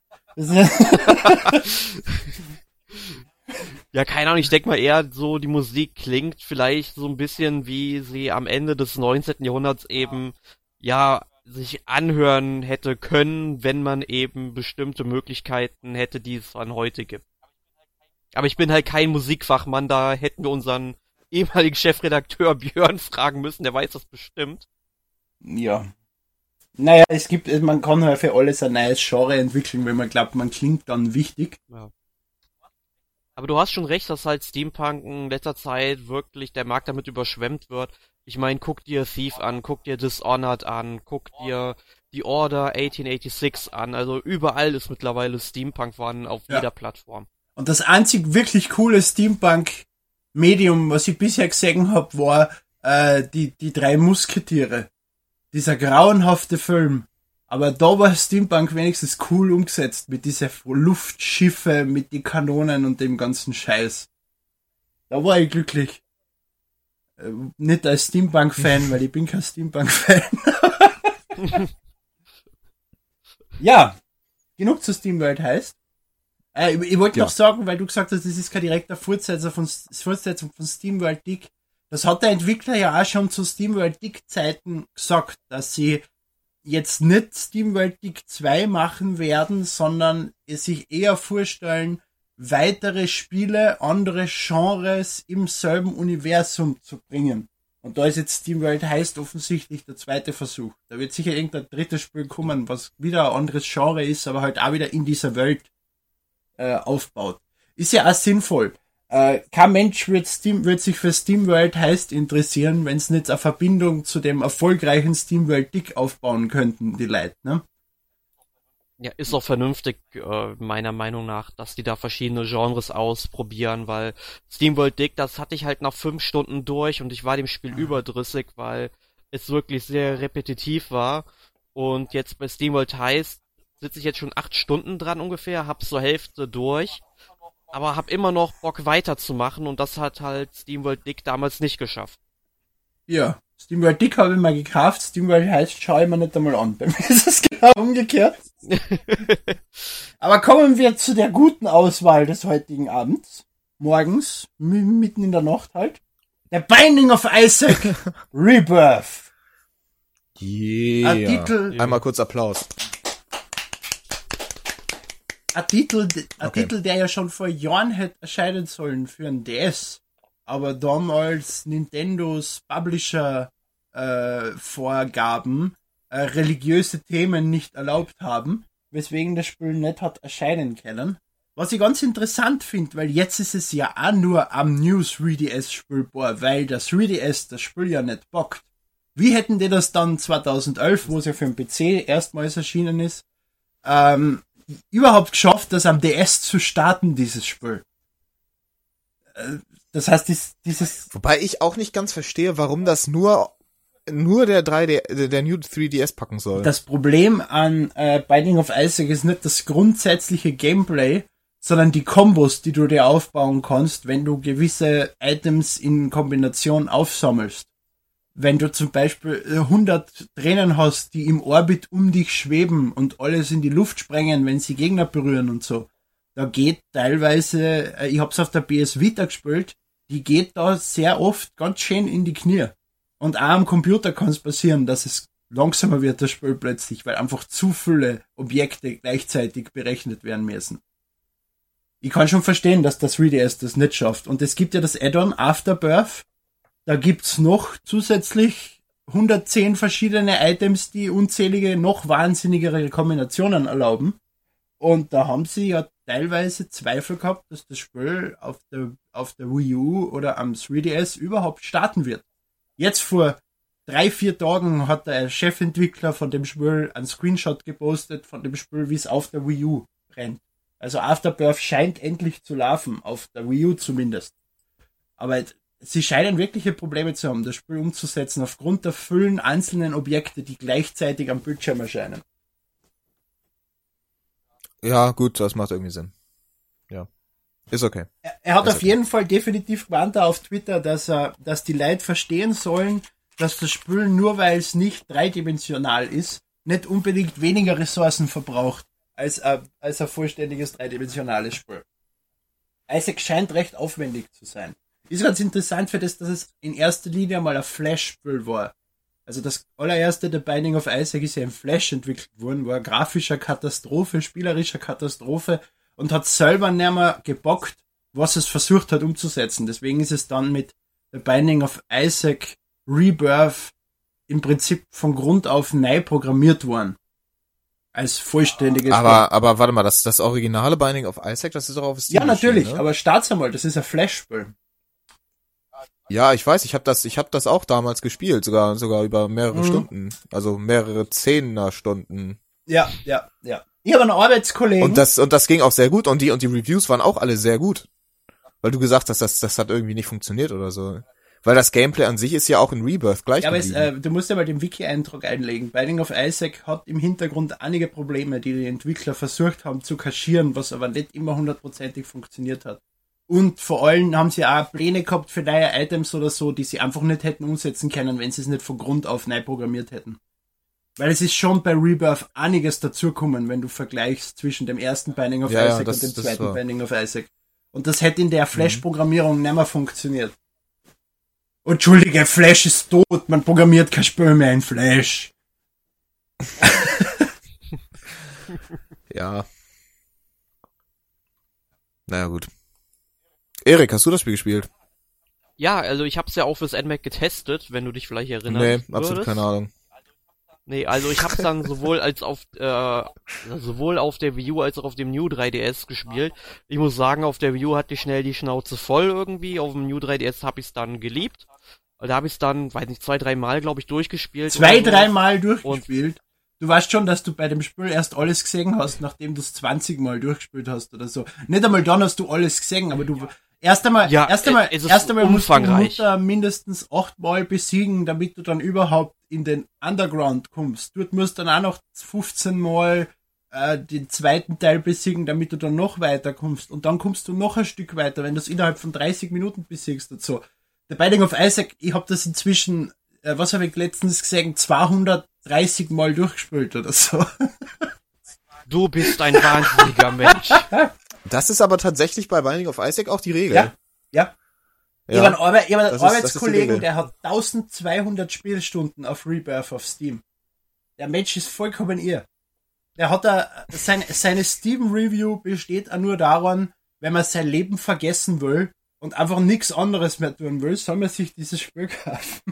Ja, keine Ahnung, ich denke mal eher so, die Musik klingt vielleicht so ein bisschen, wie sie am Ende des neunzehnten Jahrhunderts eben, ja, sich anhören hätte können, wenn man eben bestimmte Möglichkeiten hätte, die es an heute gibt. Aber ich bin halt kein Musikfachmann, da hätten wir unseren ehemaligen Chefredakteur Björn fragen müssen, der weiß das bestimmt. Ja. Naja, es gibt, man kann halt für alles ein neues Genre entwickeln, wenn man glaubt, man klingt dann wichtig. Ja. Aber du hast schon recht, dass halt Steampunk in letzter Zeit wirklich der Markt damit überschwemmt wird. Ich meine, guck dir Thief an, guck dir Dishonored an, guck dir The Order achtzehnhundertachtundsechzig an. Also überall ist mittlerweile Steampunk vorhanden auf ja. jeder Plattform. Und das einzig wirklich coole Steampunk-Medium, was ich bisher gesehen habe, war äh, die, die drei Musketiere. Dieser grauenhafte Film. Aber da war Steampunk wenigstens cool umgesetzt, mit dieser Luftschiffe, mit die Kanonen und dem ganzen Scheiß. Da war ich glücklich. Äh, nicht als Steampunk-Fan, weil ich bin kein Steampunk-Fan. Ja, genug zu SteamWorld heißt. Äh, ich ich wollte ja. noch sagen, weil du gesagt hast, das ist kein direkter Fortsetzer von, Fortsetzung von SteamWorld Dig. Das hat der Entwickler ja auch schon zu SteamWorld Dig Zeiten gesagt, dass sie jetzt nicht SteamWorld Dig zwei machen werden, sondern es sich eher vorstellen, weitere Spiele, andere Genres im selben Universum zu bringen. Und da ist jetzt SteamWorld heißt offensichtlich der zweite Versuch. Da wird sicher irgendein drittes Spiel kommen, was wieder ein anderes Genre ist, aber halt auch wieder in dieser Welt äh, aufbaut. Ist ja auch sinnvoll. Äh, kein Mensch wird, Steam, wird sich für SteamWorld heißt interessieren, wenn es nicht eine Verbindung zu dem erfolgreichen SteamWorld Dig aufbauen könnten, die Leute, ne? Ja, ist auch vernünftig, äh, meiner Meinung nach, dass die da verschiedene Genres ausprobieren, weil SteamWorld Dig, das hatte ich halt nach fünf Stunden durch und ich war dem Spiel mhm. überdrüssig, weil es wirklich sehr repetitiv war. Und jetzt bei SteamWorld heißt, sitze ich jetzt schon acht Stunden dran ungefähr, hab's zur Hälfte durch, aber hab immer noch Bock weiterzumachen und das hat halt SteamWorld Dig damals nicht geschafft. Ja, SteamWorld Dig habe ich mal gekauft, SteamWorld heißt, schau ich mir nicht einmal an. Bei mir ist es genau umgekehrt. Aber kommen wir zu der guten Auswahl des heutigen Abends. Morgens, m- mitten in der Nacht halt. Der Binding of Isaac Rebirth. Yeah. Ein Titel, Einmal kurz Applaus. Ein Titel, ein Okay. Titel, der ja schon vor Jahren hätte erscheinen sollen für ein D S. Aber damals Nintendos Publisher äh, Vorgaben äh, religiöse Themen nicht erlaubt haben, weswegen das Spiel nicht hat erscheinen können. Was ich ganz interessant finde, weil jetzt ist es ja auch nur am New drei D S spielbar, weil das drei D S das Spiel ja nicht bockt. Wie hätten die das dann zweitausendelf, wo es ja für den P C erstmals erschienen ist, ähm, überhaupt geschafft, das am D S zu starten, dieses Spiel? Äh, das heißt, dies, dieses... Wobei ich auch nicht ganz verstehe, warum das nur nur der drei D, der New drei D S packen soll. Das Problem an äh, Binding of Isaac ist nicht das grundsätzliche Gameplay, sondern die Kombos, die du dir aufbauen kannst, wenn du gewisse Items in Kombination aufsammelst. Wenn du zum Beispiel hundert Tränen hast, die im Orbit um dich schweben und alles in die Luft sprengen, wenn sie Gegner berühren und so. da geht teilweise, äh, ich hab's auf der P S Vita gespielt, die geht da sehr oft ganz schön in die Knie. Und auch am Computer kann es passieren, dass es langsamer wird, das Spiel plötzlich, weil einfach zu viele Objekte gleichzeitig berechnet werden müssen. Ich kann schon verstehen, dass das drei D S das nicht schafft. Und es gibt ja das Add-on Afterbirth. Da gibt's noch zusätzlich hundertzehn verschiedene Items, die unzählige, noch wahnsinnigere Kombinationen erlauben. Und da haben sie ja teilweise Zweifel gehabt, dass das Spiel auf der, auf der Wii U oder am drei D S überhaupt starten wird. Jetzt vor drei, vier Tagen hat der Chefentwickler von dem Spiel einen Screenshot gepostet von dem Spiel, wie es auf der Wii U rennt. Also Afterbirth scheint endlich zu laufen, auf der Wii U zumindest. Aber sie scheinen wirkliche Probleme zu haben, das Spiel umzusetzen, aufgrund der vielen einzelnen Objekte, die gleichzeitig am Bildschirm erscheinen. Ja, gut, das macht irgendwie Sinn. Ja. Ist okay. Er, er hat Ist auf okay. jeden Fall definitiv gewarnt auf Twitter, dass er, dass die Leute verstehen sollen, dass das Spiel, nur weil es nicht dreidimensional ist, nicht unbedingt weniger Ressourcen verbraucht als ein, als ein vollständiges dreidimensionales Spiel. Isaac scheint recht aufwendig zu sein. Ist ganz interessant für das, dass es in erster Linie mal ein Flash-Spiel war. Also das allererste, The Binding of Isaac, ist ja im Flash entwickelt worden, war eine grafische Katastrophe, spielerische Katastrophe und hat selber nicht mehr gebockt, was es versucht hat umzusetzen. Deswegen ist es dann mit The Binding of Isaac Rebirth im Prinzip von Grund auf neu programmiert worden. Als vollständiges Aber, Spiel. aber warte mal, das, das originale Binding of Isaac, das ist doch auf Steam. Ja, natürlich, erschienen, ne? aber start's einmal, das ist ein Flash-Spiel. Ja, ich weiß, ich habe das, ich habe das auch damals gespielt, sogar, sogar über mehrere Mhm. Stunden, also mehrere Zehner-Stunden. Ja, ja, ja. Ich habe einen Arbeitskollegen. Und das, und das ging auch sehr gut und die, und die Reviews waren auch alle sehr gut. Weil du gesagt hast, das, das hat irgendwie nicht funktioniert oder so. Weil das Gameplay an sich ist ja auch in Rebirth gleich Ja, aber es, geblieben. äh, du musst ja mal den Wiki-Eintrag einlegen. Binding of Isaac hat im Hintergrund einige Probleme, die die Entwickler versucht haben zu kaschieren, was aber nicht immer hundertprozentig funktioniert hat. Und vor allem haben sie auch Pläne gehabt für neue Items oder so, die sie einfach nicht hätten umsetzen können, wenn sie es nicht von Grund auf neu programmiert hätten. Weil es ist schon bei Rebirth einiges dazukommen, wenn du vergleichst zwischen dem ersten Binding of Ja, ja, Isaac das- und dem das zweiten war- Binding of Isaac. Und das hätte in der Flash-Programmierung nicht mehr funktioniert. Oh, Entschuldige, Flash ist tot, man programmiert kein Spiel mehr in Flash. Ja. Naja, gut. Erik, hast du das Spiel gespielt? Ja, also ich hab's ja auch fürs N M A C getestet, wenn du dich vielleicht erinnerst. Nee, absolut würdest. keine Ahnung. Nee, also ich hab's dann sowohl als auf äh, sowohl auf der Wii U als auch auf dem New drei D S gespielt. Ich muss sagen, auf der Wii U hatte ich schnell die Schnauze voll irgendwie. Auf dem New drei D S hab ich's dann geliebt. Da hab ich's dann, weiß nicht, zwei, drei Mal, glaube ich, durchgespielt. Zwei, oder so. dreimal durchgespielt. Du weißt schon, dass du bei dem Spiel erst alles gesehen hast, nachdem du es zwanzig Mal durchgespielt hast oder so. Nicht einmal dann hast du alles gesehen, aber du erst einmal, Ja, erst einmal, es ist erst einmal musst du umfangreich. Mutter mindestens achtmal besiegen, damit du dann überhaupt in den Underground kommst. Dort musst du dann auch noch fünfzehn Mal äh, den zweiten Teil besiegen, damit du dann noch weiter kommst. Und dann kommst du noch ein Stück weiter, wenn du es innerhalb von dreißig Minuten besiegst und so. The Binding of Isaac, ich habe das inzwischen, äh, was habe ich letztens gesehen, zweihundertdreißig Mal durchgespielt oder so. Du bist ein wahnsinniger Mensch. Das ist aber tatsächlich bei Binding of Isaac auch die Regel. Ja, ja. Ich Ja. habe einen, Arbe ich hab einen Das ist- das ist die Arbeitskollegen, Regel. der hat eintausendzweihundert Spielstunden auf Rebirth auf Steam. Der Mensch ist vollkommen irr. Der hat da, sein, seine Steam-Review besteht auch nur daran, wenn man sein Leben vergessen will und einfach nichts anderes mehr tun will, soll man sich dieses Spiel kaufen.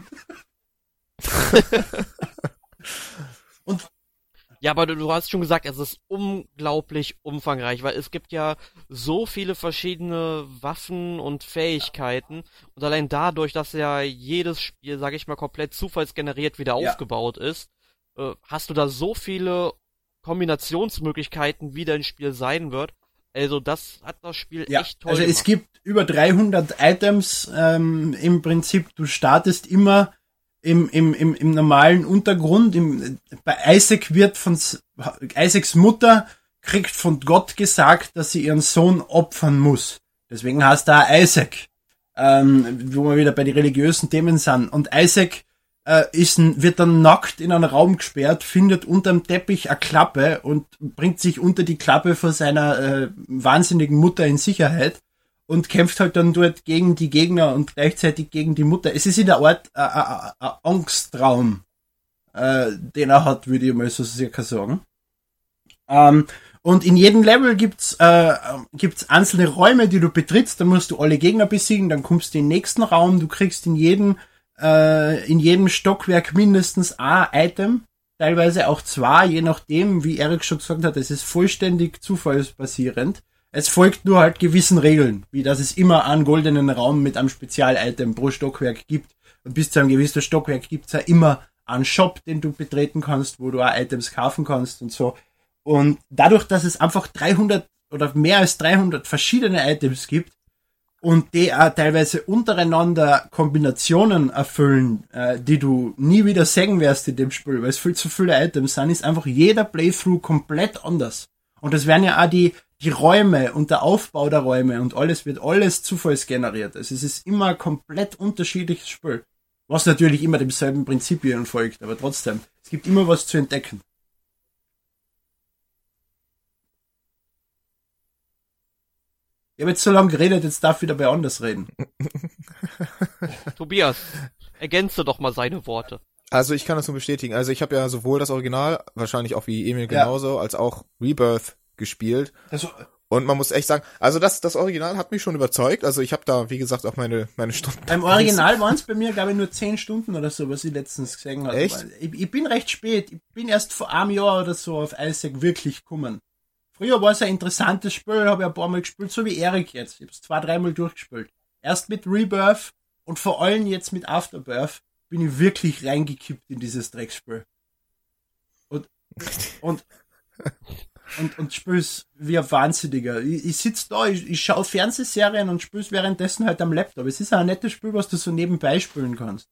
Und Ja, aber du, du hast schon gesagt, es ist unglaublich umfangreich, weil es gibt ja so viele verschiedene Waffen und Fähigkeiten und allein dadurch, dass ja jedes Spiel, sag ich mal, komplett zufallsgeneriert wieder Ja. aufgebaut ist, äh, hast du da so viele Kombinationsmöglichkeiten, wie dein Spiel sein wird. Also das hat das Spiel ja, echt toll also es gemacht. gibt über dreihundert Items, ähm, im Prinzip, du startest immer im, im, im, im normalen Untergrund. Im, bei Isaac wird von S- Isaacs Mutter kriegt von Gott gesagt, dass sie ihren Sohn opfern muss. Deswegen heißt er Isaac, ähm, wo wir wieder bei den religiösen Themen sind. Und Isaac äh, ist ein, wird dann nackt in einen Raum gesperrt, findet unterm Teppich eine Klappe und bringt sich unter die Klappe vor seiner äh, wahnsinnigen Mutter in Sicherheit und kämpft halt dann dort gegen die Gegner und gleichzeitig gegen die Mutter. Es ist in der Art ein äh, äh, äh, Angsttraum, äh, den er hat, würde ich mal so circa sagen. Ähm, und in jedem Level gibt's äh, gibt's einzelne Räume, die du betrittst, dann musst du alle Gegner besiegen, dann kommst du in den nächsten Raum, du kriegst in jedem äh, in jedem Stockwerk mindestens ein Item, teilweise auch zwei, je nachdem, wie Erik schon gesagt hat, es ist vollständig zufallsbasierend. Es folgt nur halt gewissen Regeln, wie dass es immer einen goldenen Raum mit einem Spezial-Item pro Stockwerk gibt. Und bis zu einem gewissen Stockwerk gibt's ja immer einen Shop, den du betreten kannst, wo du auch Items kaufen kannst und so. Und dadurch, dass es einfach dreihundert oder mehr als dreihundert verschiedene Items gibt und die auch teilweise untereinander Kombinationen erfüllen, äh, die du nie wieder sehen wirst in dem Spiel, weil es viel zu viele Items sind, ist einfach jeder Playthrough komplett anders. Und es werden ja auch die, die Räume und der Aufbau der Räume und alles wird alles zufallsgeneriert. Also es ist immer ein komplett unterschiedliches Spiel. Was natürlich immer demselben Prinzipien folgt, aber trotzdem, es gibt immer was zu entdecken. Ich habe jetzt so lange geredet, jetzt darf ich wieder bei anders reden. Tobias, ergänze doch mal seine Worte. Also ich kann das nur bestätigen. Also ich habe ja sowohl das Original, wahrscheinlich auch wie Emil genauso, ja, als auch Rebirth gespielt. Also, und man muss echt sagen, also das das Original hat mich schon überzeugt. Also ich habe da, wie gesagt, auch meine meine Stunden. Beim Original waren es bei mir, glaube ich, nur zehn Stunden oder so, was ich letztens gesehen habe. Echt? Ich, ich bin recht spät. Ich bin erst vor einem Jahr oder so auf Isaac wirklich gekommen. Früher war es ein interessantes Spiel, habe ich ein paar Mal gespielt, so wie Erik jetzt. Ich habe es zwei, dreimal durchgespielt. Erst mit Rebirth und vor allem jetzt mit Afterbirth bin ich wirklich reingekippt in dieses Drecksspiel. Und und und, und spiel's wie ein Wahnsinniger. Ich, ich sitze da, ich, ich schaue Fernsehserien und spiel's währenddessen halt am Laptop. Es ist ein nettes Spiel, was du so nebenbei spielen kannst.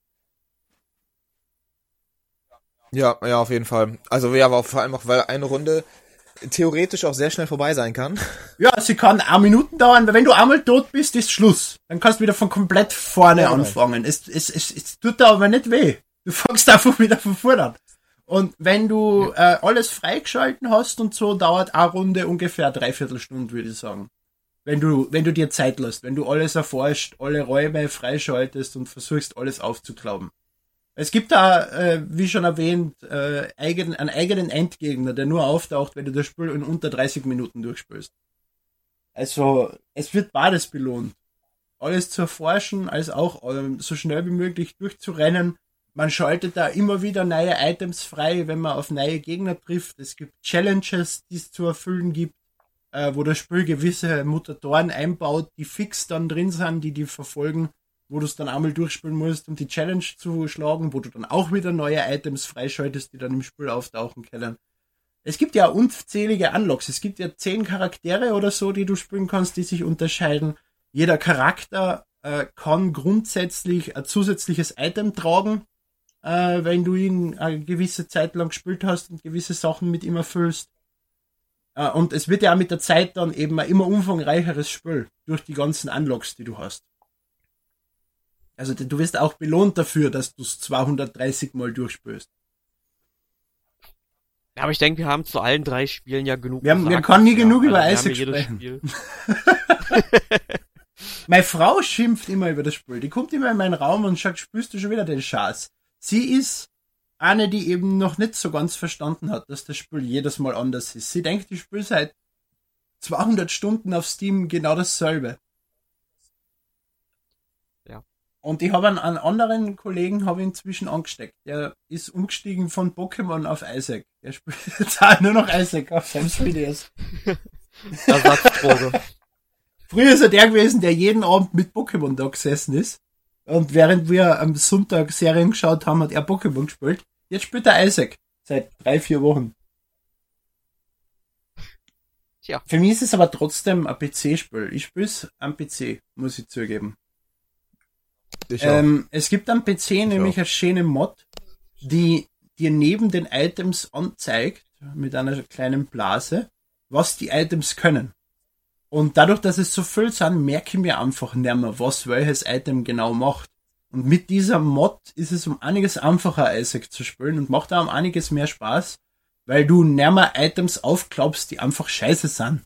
Ja, ja, auf jeden Fall. Also ja, aber vor allem auch, weil eine Runde theoretisch auch sehr schnell vorbei sein kann. Ja, sie kann eine Minute dauern, weil wenn du einmal tot bist, ist Schluss. Dann kannst du wieder von komplett vorne ja, anfangen. Es, es, es, es tut da aber nicht weh. Du fängst einfach wieder von vorne an. Und wenn du ja. äh, alles freigeschalten hast und so, dauert eine Runde ungefähr dreiviertel Stunde, würde ich sagen. Wenn du, wenn du dir Zeit lässt, wenn du alles erforscht, alle Räume freischaltest und versuchst, alles aufzuklauben. Es gibt da, äh, wie schon erwähnt, äh, eigen, einen eigenen Endgegner, der nur auftaucht, wenn du das Spiel in unter dreißig Minuten durchspielst. Also, es wird beides belohnt. Alles zu erforschen, als auch ähm, so schnell wie möglich durchzurennen. Man schaltet da immer wieder neue Items frei, wenn man auf neue Gegner trifft. Es gibt Challenges, die es zu erfüllen gibt, äh, wo das Spiel gewisse Mutatoren einbaut, die fix dann drin sind, die die verfolgen, wo du es dann einmal durchspielen musst, um die Challenge zu schlagen, wo du dann auch wieder neue Items freischaltest, die dann im Spiel auftauchen können. Es gibt ja unzählige Unlocks. Es gibt ja zehn Charaktere oder so, die du spielen kannst, die sich unterscheiden. Jeder Charakter äh, kann grundsätzlich ein zusätzliches Item tragen, äh, wenn du ihn eine gewisse Zeit lang gespielt hast und gewisse Sachen mit ihm erfüllst. Äh, und es wird ja auch mit der Zeit dann eben ein immer umfangreicheres Spiel durch die ganzen Unlocks, die du hast. Also du wirst auch belohnt dafür, dass du es zweihundertdreißig Mal durchspielst. Ja, aber ich denke, wir haben zu allen drei Spielen ja genug Wir, haben, wir können nie genug ja, über also Isaac sprechen. Meine Frau schimpft immer über das Spiel. Die kommt immer in meinen Raum und sagt, spielst du schon wieder den Schatz? Sie ist eine, die eben noch nicht so ganz verstanden hat, dass das Spiel jedes Mal anders ist. Sie denkt, ich spiele seit zweihundert Stunden auf Steam genau dasselbe. Und ich habe einen, einen anderen Kollegen habe inzwischen angesteckt. Der ist umgestiegen von Pokémon auf Isaac. Der spielt jetzt auch nur noch Isaac auf seinem drei D S. Ersatzdroge. Früher ist er der gewesen, der jeden Abend mit Pokémon da gesessen ist. Und während wir am Sonntag Serien geschaut haben, hat er Pokémon gespielt. Jetzt spielt er Isaac. Seit drei, vier Wochen. Tja. Für mich ist es aber trotzdem ein P C-Spiel. Ich spiele es am P C, muss ich zugeben. Ähm, es gibt am P C ich nämlich auch. eine schöne Mod, die dir neben den Items anzeigt, mit einer kleinen Blase, was die Items können. Und dadurch, dass es so viel sind, merke ich mir einfach nicht mehr, was welches Item genau macht. Und mit dieser Mod ist es um einiges einfacher, Isaac zu spielen und macht auch um einiges mehr Spaß, weil du nimmer Items aufklappst, die einfach scheiße sind.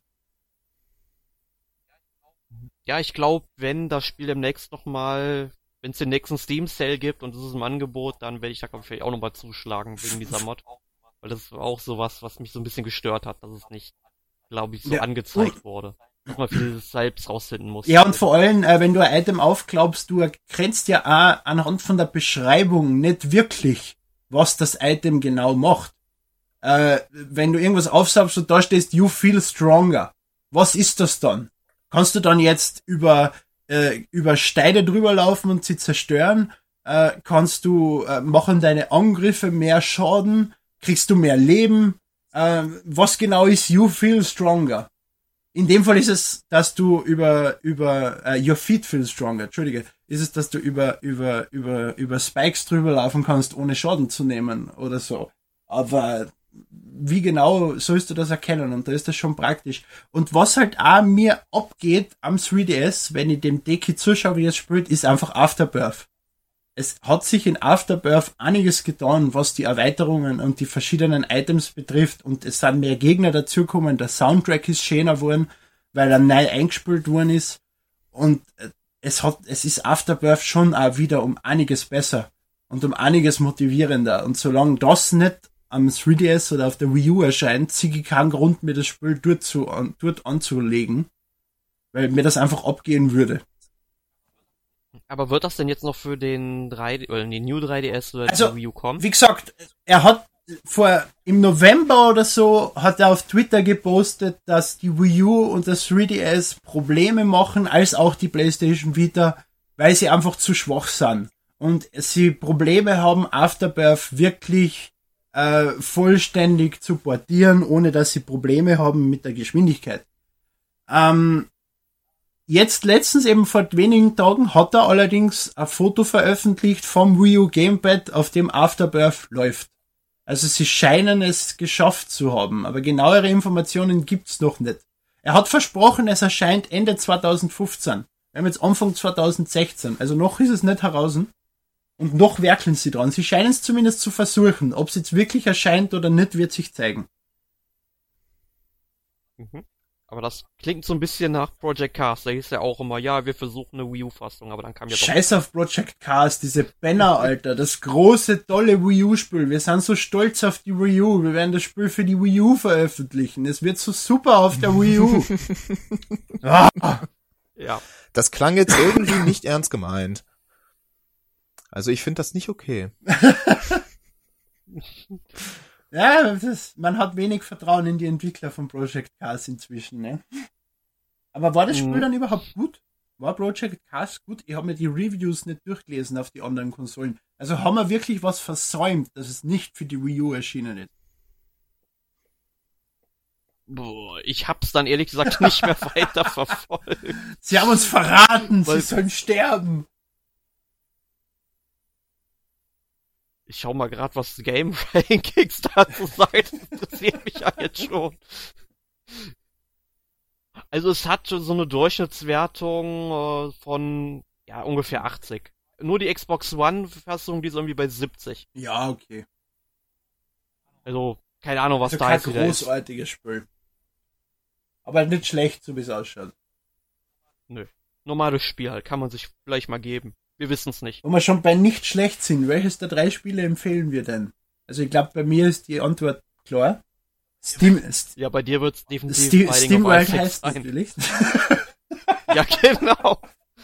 Ja, ich glaube, wenn das Spiel demnächst nochmal, wenn es den nächsten Steam Sale gibt und es ist im Angebot, dann werde ich da glaub ich vielleicht auch nochmal zuschlagen wegen dieser Mod. Weil das war auch sowas, was mich so ein bisschen gestört hat, dass es nicht, glaube ich, so ja. angezeigt wurde. Dass man viel selbst rausfinden muss. Ja, und vor allem, äh, wenn du ein Item aufklappst, du erkennst ja auch anhand von der Beschreibung nicht wirklich, was das Item genau macht. Äh, wenn du irgendwas aufsaugst und da stehst, you feel stronger. Was ist das dann? Kannst du dann jetzt über äh, über Steine drüber laufen und sie zerstören? Äh, kannst du, äh, machen deine Angriffe mehr Schaden? Kriegst du mehr Leben? Äh, was genau ist you feel stronger? In dem Fall ist es, dass du über über uh, your feet feel stronger. Entschuldige, ist es, dass du über über über über Spikes drüber laufen kannst, ohne Schaden zu nehmen oder so. Aber wie genau sollst du das erkennen? Und da ist das schon praktisch. Und was halt auch mir abgeht am drei D S, wenn ich dem Deki zuschaue, wie er es spielt, ist einfach Afterbirth. Es hat sich in Afterbirth einiges getan, was die Erweiterungen und die verschiedenen Items betrifft, und es sind mehr Gegner dazugekommen, der Soundtrack ist schöner geworden, weil er neu eingespielt worden ist, und es hat, es ist Afterbirth schon auch wieder um einiges besser und um einiges motivierender, und solange das nicht am drei D S oder auf der Wii U erscheint, sehe ich keinen Grund, mir das Spiel dort, zu, dort anzulegen, weil mir das einfach abgehen würde. Aber wird das denn jetzt noch für den drei D oder den New drei D S oder also, die Wii U kommen? Wie gesagt, er hat vor im November oder so hat er auf Twitter gepostet, dass die Wii U und das drei D S Probleme machen, als auch die PlayStation Vita, weil sie einfach zu schwach sind und sie Probleme haben, Afterbirth wirklich äh, vollständig zu portieren, ohne dass sie Probleme haben mit der Geschwindigkeit. Ähm, Jetzt letztens, eben vor wenigen Tagen, hat er allerdings ein Foto veröffentlicht vom Wii U Gamepad, auf dem Afterbirth läuft. Also sie scheinen es geschafft zu haben, aber genauere Informationen gibt's noch nicht. Er hat versprochen, es erscheint Ende zwanzig fünfzehn. Wir haben jetzt Anfang zwanzig sechzehn, also noch ist es nicht heraus. Und noch werkeln sie dran. Sie scheinen es zumindest zu versuchen. Ob es jetzt wirklich erscheint oder nicht, wird sich zeigen. Mhm. Aber das klingt so ein bisschen nach Project Cars. Da hieß ja auch immer, ja, wir versuchen eine Wii U-Fassung, aber dann kam ja doch... Scheiß auf Project Cars, diese Banner, Alter. Das große, tolle Wii U-Spiel. Wir sind so stolz auf die Wii U. Wir werden das Spiel für die Wii U veröffentlichen. Es wird so super auf der Wii U. ah. Ja. Das klang jetzt irgendwie nicht ernst gemeint. Also ich finde das nicht okay. Ja, das, man hat wenig Vertrauen in die Entwickler von Project Cars inzwischen, ne? Aber war das Spiel mhm. dann überhaupt gut? War Project Cars gut? Ich habe mir die Reviews nicht durchgelesen auf die anderen Konsolen. Also haben wir wirklich was versäumt, dass es nicht für die Wii U erschienen ist? Boah, ich hab's dann ehrlich gesagt nicht mehr weiter verfolgt. Sie haben uns verraten, Weil, sie sollen sterben. Ich schau mal grad, was Game Rankings dazu sagt. Das interessiert mich ja jetzt schon. Also es hat so eine Durchschnittswertung äh, von ja ungefähr achtzig. Nur die Xbox One-Fassung, die ist irgendwie bei siebzig. Ja, okay. Also, keine Ahnung, was also da kein jetzt wieder ist. Großartiges Spiel. Aber nicht schlecht, so wie es ausschaut. Nö. Normales Spiel halt, kann man sich vielleicht mal geben. Wir wissen's nicht. Wo wir schon bei nicht schlecht sind, welches der drei Spiele empfehlen wir denn? Also ich glaube, bei mir ist die Antwort klar. Steam, ja, bei dir wird's definitiv Steam, Steam World heißt sein. Natürlich. Ja, genau.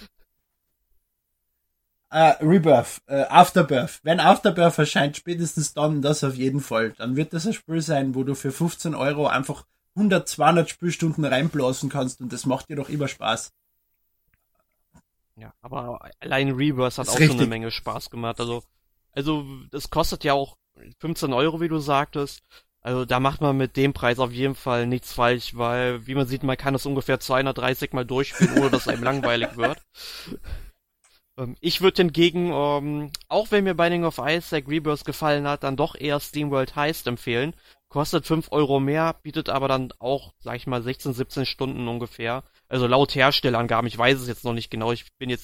Uh, Rebirth, uh, Afterbirth. Wenn Afterbirth erscheint, spätestens dann das auf jeden Fall. Dann wird das ein Spiel sein, wo du für fünfzehn Euro einfach hundert, zweihundert Spielstunden reinblasen kannst, und das macht dir doch immer Spaß. Ja, aber allein Rebirth hat auch richtig. schon eine Menge Spaß gemacht. Also, also das kostet ja auch fünfzehn Euro, wie du sagtest. Also da macht man mit dem Preis auf jeden Fall nichts falsch, weil, wie man sieht, man kann das ungefähr zweihundertdreißig Mal durchspielen, ohne dass einem langweilig wird. Ähm, ich würde hingegen, ähm, auch wenn mir Binding of Isaac Rebirth gefallen hat, dann doch eher SteamWorld Heist empfehlen. Kostet fünf Euro mehr, bietet aber dann auch, sag ich mal, sechzehn, siebzehn Stunden ungefähr. Also laut Herstellerangaben, ich weiß es jetzt noch nicht genau, ich bin jetzt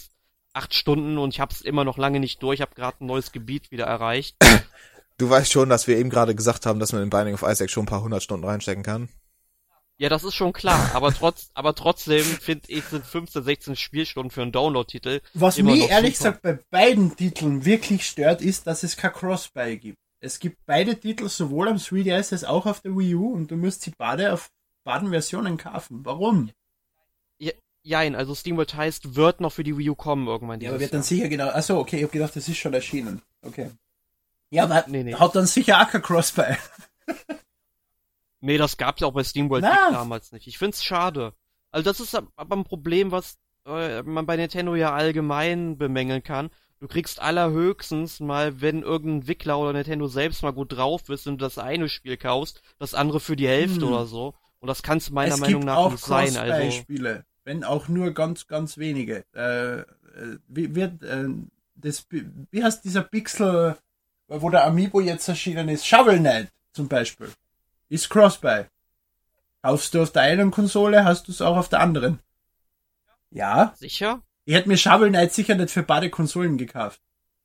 acht Stunden und ich hab's immer noch lange nicht durch. Ich habe gerade ein neues Gebiet wieder erreicht. Du weißt schon, dass wir eben gerade gesagt haben, dass man in Binding of Isaac schon ein paar hundert Stunden reinstecken kann. Ja, das ist schon klar, aber trotz, aber trotzdem finde ich, sind fünfzehn, sechzehn Spielstunden für einen Download-Titel. Was mich ehrlich gesagt bei beiden Titeln wirklich stört, ist, dass es kein Cross-Buy gibt. Es gibt beide Titel sowohl am drei D S als auch auf der Wii U und du musst sie beide auf beiden Versionen kaufen. Warum? Ja, jein, also SteamWorld heißt, wird noch für die Wii U kommen irgendwann. Ja, aber wird dann sicher genau, achso, okay, ich hab gedacht, das ist schon erschienen. Okay. Ja, aber nee, nee. Hat dann sicher auch kein Cross-Buy. Nee, das gab's ja auch bei SteamWorld damals nicht. Ich find's schade. Also das ist aber ein Problem, was äh, man bei Nintendo ja allgemein bemängeln kann. Du kriegst allerhöchstens mal, wenn irgendein Entwickler oder Nintendo selbst mal gut drauf ist und du das eine Spiel kaufst, das andere für die Hälfte hm. oder so. Und das kann es meiner es Meinung nach nicht sein. Es gibt auch Cross-Buy-Spiele, wenn auch nur ganz, ganz wenige. Äh, wie wird äh, das, wie heißt dieser Pixel, wo der Amiibo jetzt erschienen ist? Shovel Knight zum Beispiel. Ist Cross-Buy. Kaufst du auf der einen Konsole, hast du es auch auf der anderen. Ja. Sicher? Ich hätte mir Shovel Knight sicher nicht für beide Konsolen gekauft.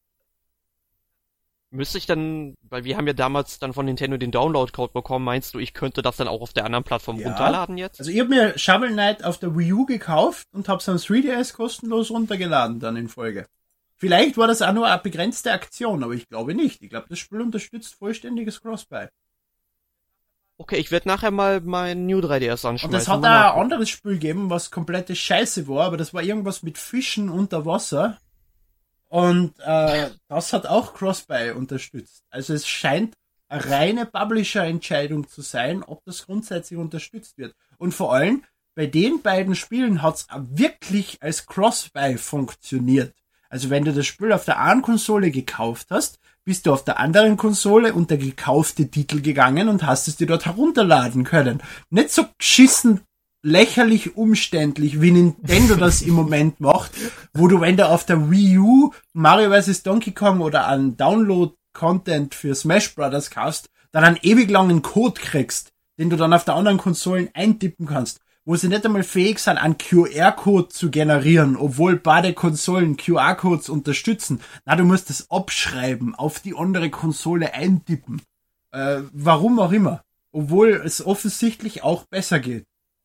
Müsste ich dann, weil wir haben ja damals dann von Nintendo den Download-Code bekommen, meinst du, ich könnte das dann auch auf der anderen Plattform ja. runterladen jetzt? Also ich habe mir Shovel Knight auf der Wii U gekauft und habe es am drei D S kostenlos runtergeladen dann in Folge. Vielleicht war das auch nur eine begrenzte Aktion, aber ich glaube nicht. Ich glaube, das Spiel unterstützt vollständiges Cross-Buy. Okay, ich werde nachher mal mein New drei D S anschmeißen. Und das hat da ein anderes Spiel gegeben, was komplette Scheiße war, aber das war irgendwas mit Fischen unter Wasser. Und äh, das hat auch Cross-Buy unterstützt. Also es scheint eine reine Publisher-Entscheidung zu sein, ob das grundsätzlich unterstützt wird. Und vor allem, bei den beiden Spielen hat's wirklich als Cross-Buy funktioniert. Also wenn du das Spiel auf der einen Konsole gekauft hast, bist du auf der anderen Konsole unter gekaufte Titel gegangen und hast es dir dort herunterladen können. Nicht so geschissen lächerlich umständlich, wie Nintendo das im Moment macht, wo du, wenn du auf der Wii U Mario versus. Donkey Kong oder einen Download-Content für Smash Brothers kaufst, dann einen ewig langen Code kriegst, den du dann auf der anderen Konsolen eintippen kannst, wo sie nicht einmal fähig sind, einen Q R-Code zu generieren, obwohl beide Konsolen Q R-Codes unterstützen. Na, du musst es abschreiben, auf die andere Konsole eintippen. Äh, warum auch immer. Obwohl es offensichtlich auch besser geht.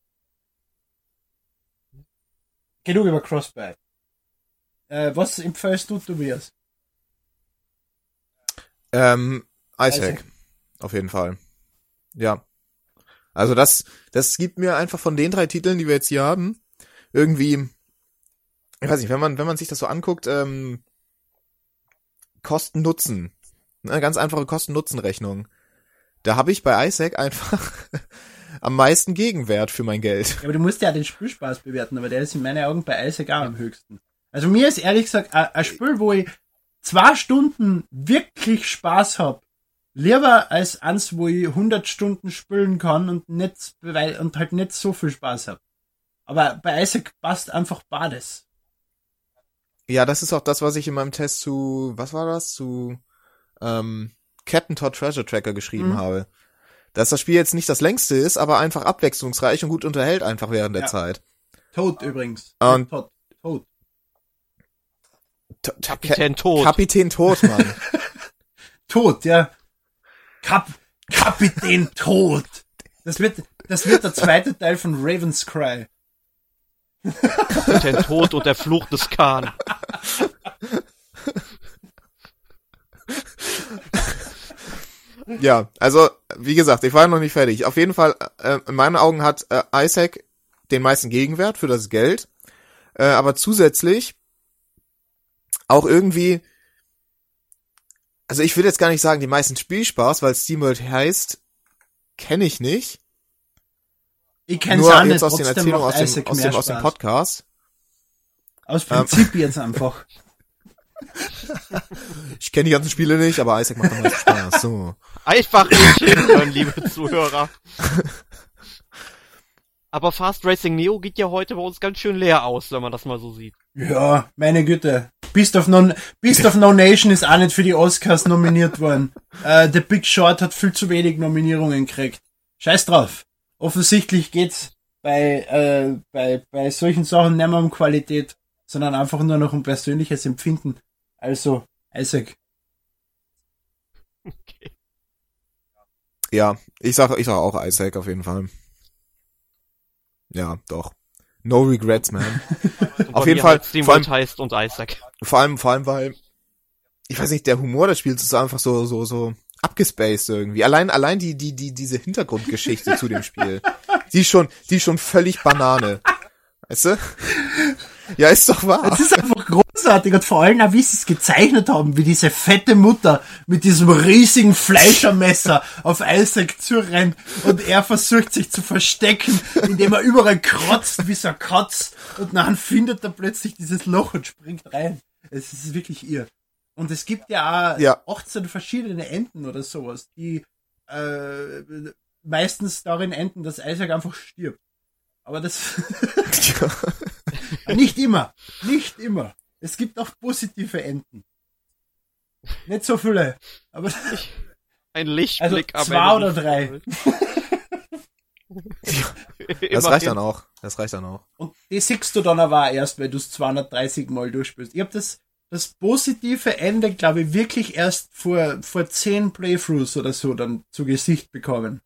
Genug über Cross-Buy. Äh, was empfiehlst du, Tobias? Ähm, Isaac. Isaac. Auf jeden Fall. Ja. Also das, das gibt mir einfach von den drei Titeln, die wir jetzt hier haben, irgendwie, ich weiß nicht, wenn man, wenn man sich das so anguckt, ähm, Kosten-Nutzen, eine ganz einfache Kosten-Nutzen-Rechnung. Da habe ich bei Isaac einfach am meisten Gegenwert für mein Geld. Ja, aber du musst ja den Spielspaß bewerten, aber der ist in meinen Augen bei Isaac auch am höchsten. Also mir ist ehrlich gesagt ein, ein Spiel, wo ich zwei Stunden wirklich Spaß hab, lieber als eins, wo ich hundert Stunden spielen kann und nicht, weil, und halt nicht so viel Spaß hab. Aber bei Isaac passt einfach beides. Ja, das ist auch das, was ich in meinem Test zu, was war das, zu ähm, Captain Todd Treasure Tracker geschrieben mhm. habe. Dass das Spiel jetzt nicht das längste ist, aber einfach abwechslungsreich und gut unterhält einfach während der ja. Zeit. Tod übrigens. Und Tod. Tod. T- Kapitän Tod. Kapitän Tod, Mann. Tod, ja. Kap- Kapitän Tod. Das wird, das wird der zweite Teil von Raven's Cry. Kapitän Tod und der Fluch des Khan. Ja, also, wie gesagt, ich war noch nicht fertig. Auf jeden Fall, äh, in meinen Augen hat äh, Isaac den meisten Gegenwert für das Geld, äh, aber zusätzlich auch irgendwie, also ich will jetzt gar nicht sagen, die meisten Spielspaß, weil SteamWorld heißt, kenne ich nicht. Ich kenne es auch nicht, jetzt aus den Erzählungen aus dem, aus, dem, aus dem Podcast. Aus Prinzip ähm. jetzt einfach. Ich kenne die ganzen Spiele nicht, aber Isaac macht am meisten Spaß. So. Einfach nicht hinhören, liebe Zuhörer. Aber Fast Racing Neo geht ja heute bei uns ganz schön leer aus, wenn man das mal so sieht. Ja, meine Güte. Beast of No, Beast of No Nation ist auch nicht für die Oscars nominiert worden. Uh, The Big Short hat viel zu wenig Nominierungen gekriegt. Scheiß drauf. Offensichtlich geht's bei, äh, bei, bei solchen Sachen nicht mehr um Qualität, sondern einfach nur noch ein persönliches Empfinden. Also, Isaac. Okay. Ja, ich sag, ich sag auch Isaac auf jeden Fall. Ja, doch. No regrets, man. Auf jeden Fall. Halt vor allem, heißt und Isaac. Vor allem, vor allem, weil, ich weiß nicht, der Humor des Spiels ist einfach so, so, so abgespaced irgendwie. Allein, allein die, die, die, diese Hintergrundgeschichte zu dem Spiel. Die ist schon, die ist schon völlig Banane. Weißt du? Ja, ist doch wahr. Es ist einfach großartig und vor allem auch, wie sie es gezeichnet haben, wie diese fette Mutter mit diesem riesigen Fleischermesser auf Isaac zurennt und er versucht sich zu verstecken, indem er überall kratzt wie so ein Katz und dann findet er plötzlich dieses Loch und springt rein. Es ist wirklich irr. Und es gibt ja auch ja. achtzehn verschiedene Enden oder sowas, die äh, meistens darin enden, dass Isaac einfach stirbt. Aber das... Nicht immer. Nicht immer. Es gibt auch positive Enden. Nicht so viele. Aber ein Lichtblick. Also zwei oder drei. Das reicht dann auch. Das reicht dann auch. Und die siehst du dann aber erst, weil du es zweihundertdreißig Mal durchspielst. Ich habe das, das positive Ende, glaube ich, wirklich erst vor, vor zehn Playthroughs oder so dann zu Gesicht bekommen.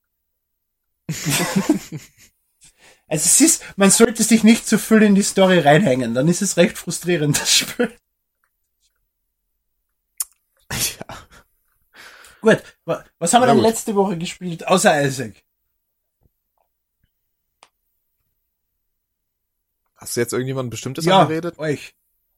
Also es ist, man sollte sich nicht zu viel in die Story reinhängen, dann ist es recht frustrierend, das Spiel. Ja. Gut, was haben wir dann letzte Woche gespielt, außer Isaac? Hast du jetzt irgendjemand Bestimmtes ja, angeredet? euch.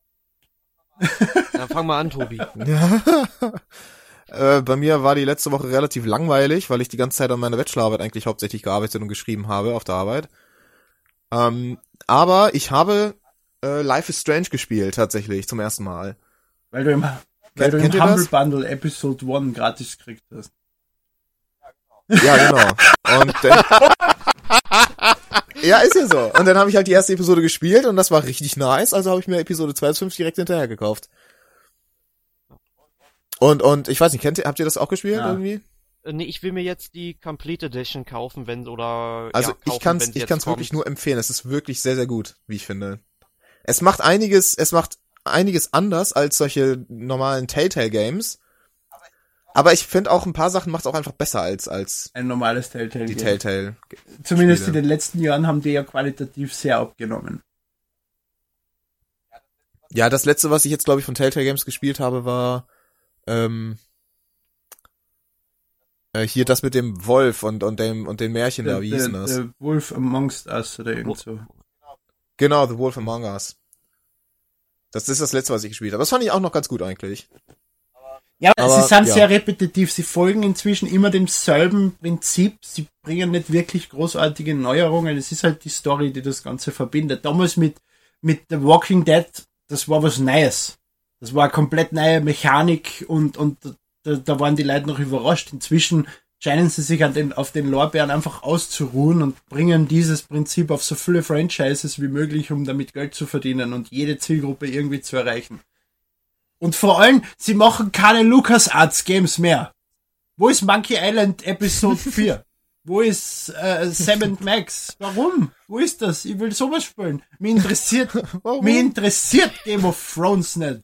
Dann fang mal an, Tobi. Ja. Äh, bei mir war die letzte Woche relativ langweilig, weil ich die ganze Zeit an meiner Bachelorarbeit eigentlich hauptsächlich gearbeitet und geschrieben habe auf der Arbeit. Ähm, aber ich habe äh, Life is Strange gespielt, tatsächlich, zum ersten Mal. Weil du im, weil du im Humble Bundle Episode eins gratis gekriegt hast. Ja, genau. Und dann, ja, ist ja so. Und dann habe ich halt die erste Episode gespielt und das war richtig nice, also habe ich mir Episode zwei bis fünf direkt hinterher gekauft. Und, und, ich weiß nicht, kennt ihr, habt ihr das auch gespielt ja. irgendwie? Nee, ich will mir jetzt die Complete Edition kaufen, wenn, oder, Also, ja, kaufen, ich kann's, ich kann's wirklich nur empfehlen. Es ist wirklich sehr, sehr gut, wie ich finde. Es macht einiges, es macht einiges anders als solche normalen Telltale-Games. Aber ich finde auch, ein paar Sachen macht's auch einfach besser als, als ein normales Telltale. Die Telltale. Zumindest in den letzten Jahren haben die ja qualitativ sehr abgenommen. Ja, das letzte, was ich jetzt, glaube ich, von Telltale Games gespielt habe, war, ähm, äh, hier das mit dem Wolf und, und dem, und den Märchen the, da, wie hieß denn das? The Wolf Amongst Us oder irgend so. Genau, The Wolf Among Us. Das ist das letzte, was ich gespielt habe. Das fand ich auch noch ganz gut eigentlich. Ja, aber, aber sie sind ja. sehr repetitiv. Sie folgen inzwischen immer demselben Prinzip. Sie bringen nicht wirklich großartige Neuerungen. Es ist halt die Story, die das Ganze verbindet. Damals mit, mit The Walking Dead, das war was Neues. Das war eine komplett neue Mechanik und, und da, da waren die Leute noch überrascht. Inzwischen scheinen sie sich an den, auf den Lorbeeren einfach auszuruhen und bringen dieses Prinzip auf so viele Franchises wie möglich, um damit Geld zu verdienen und jede Zielgruppe irgendwie zu erreichen. Und vor allem, sie machen keine LucasArts Games mehr. Wo ist Monkey Island Episode vier? Wo ist äh, Sam and Max? Warum? Wo ist das? Ich will sowas spielen. Mich interessiert, mich interessiert Game of Thrones nicht.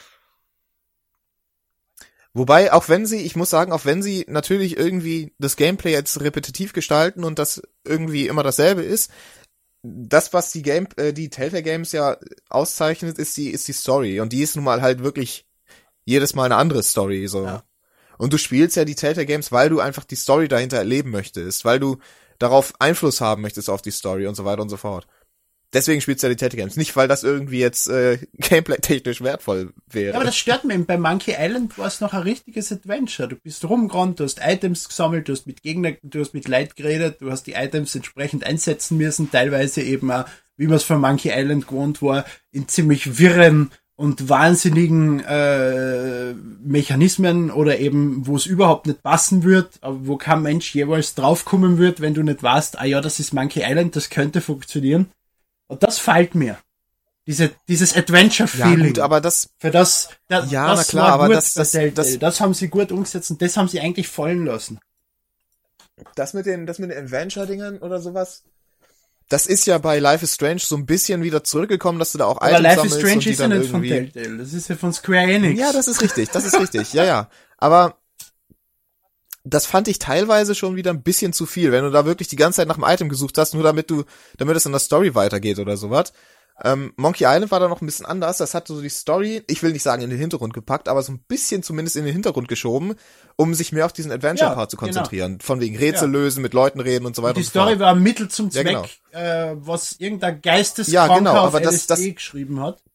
Wobei, auch wenn sie, ich muss sagen, auch wenn sie natürlich irgendwie das Gameplay jetzt repetitiv gestalten und das irgendwie immer dasselbe ist, das, was die Game, äh, die Telltale Games ja auszeichnet, ist die, ist die Story. Und die ist nun mal halt wirklich jedes Mal eine andere Story, so. Ja. Und du spielst ja die Telltale Games, weil du einfach die Story dahinter erleben möchtest, weil du darauf Einfluss haben möchtest auf die Story und so weiter und so fort. Deswegen spielst du ja die Telltale Games. Nicht, weil das irgendwie jetzt äh, gameplay-technisch wertvoll wäre. Ja, aber das stört mich. Bei Monkey Island war es noch ein richtiges Adventure. Du bist rumgerannt, du hast Items gesammelt, du hast mit Gegnern, du hast mit Leid geredet, du hast die Items entsprechend einsetzen müssen, teilweise eben auch, wie man es von Monkey Island gewohnt war, in ziemlich wirren und wahnsinnigen äh, Mechanismen oder eben, wo es überhaupt nicht passen wird, aber wo kein Mensch jeweils draufkommen wird, wenn du nicht weißt, ah ja, das ist Monkey Island, das könnte funktionieren. Und das fehlt mir. Diese, dieses Adventure-Feeling. Ja, gut, aber das, für das, das, ja, das na klar, war aber gut das, das, das, das haben sie gut umgesetzt und das haben sie eigentlich fallen lassen. Das mit den, das mit den Adventure-Dingern oder sowas, das ist ja bei Life is Strange so ein bisschen wieder zurückgekommen, dass du da auch Aber Items Life sammelst is Strange und die ist ja dann nicht von irgendwie... Telltale, das ist ja von Square Enix. Ja, das ist richtig, das ist richtig, ja, ja. Aber das fand ich teilweise schon wieder ein bisschen zu viel, wenn du da wirklich die ganze Zeit nach dem Item gesucht hast, nur damit du, damit es in der Story weitergeht oder sowas. Ähm, Monkey Island war da noch ein bisschen anders, das hat so die Story, ich will nicht sagen in den Hintergrund gepackt, aber so ein bisschen zumindest in den Hintergrund geschoben, um sich mehr auf diesen Adventure-Part ja, zu konzentrieren. Genau. Von wegen Rätsel ja. lösen, mit Leuten reden und so weiter. Und die und Story fort. War Mittel zum Zweck, ja, genau. äh, was irgendein Geisteskranker ja, genau, auf das, L S D das, geschrieben hat.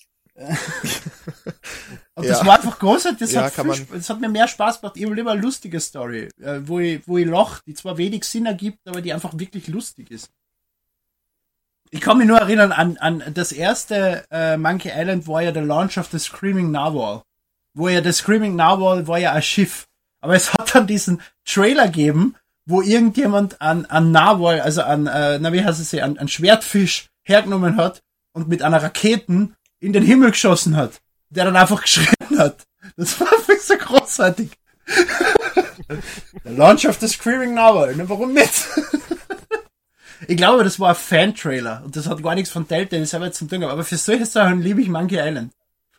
Und das ja. war einfach großartig, das, ja, hat viel, das hat mir mehr Spaß gemacht, ich will lieber eine lustige Story, äh, wo ich, wo ich lach, die zwar wenig Sinn ergibt, aber die einfach wirklich lustig ist. Ich kann mich nur erinnern an, an das erste äh, Monkey Island war ja der Launch of the Screaming Narwhal. Wo ja das Screaming Narwhal war ja ein Schiff. Aber es hat dann diesen Trailer gegeben, wo irgendjemand an, an Narwhal, also an, äh, na wie heißt es, an, an Schwertfisch hergenommen hat und mit einer Raketen in den Himmel geschossen hat. Der dann einfach geschrien hat. Das war wirklich so großartig. Der Launch of the Screaming Narwhal. Na, warum nicht? Ich glaube, das war ein Fan-Trailer und das hat gar nichts von Telltale selber zu tun, aber für solche Sachen liebe ich Monkey Island.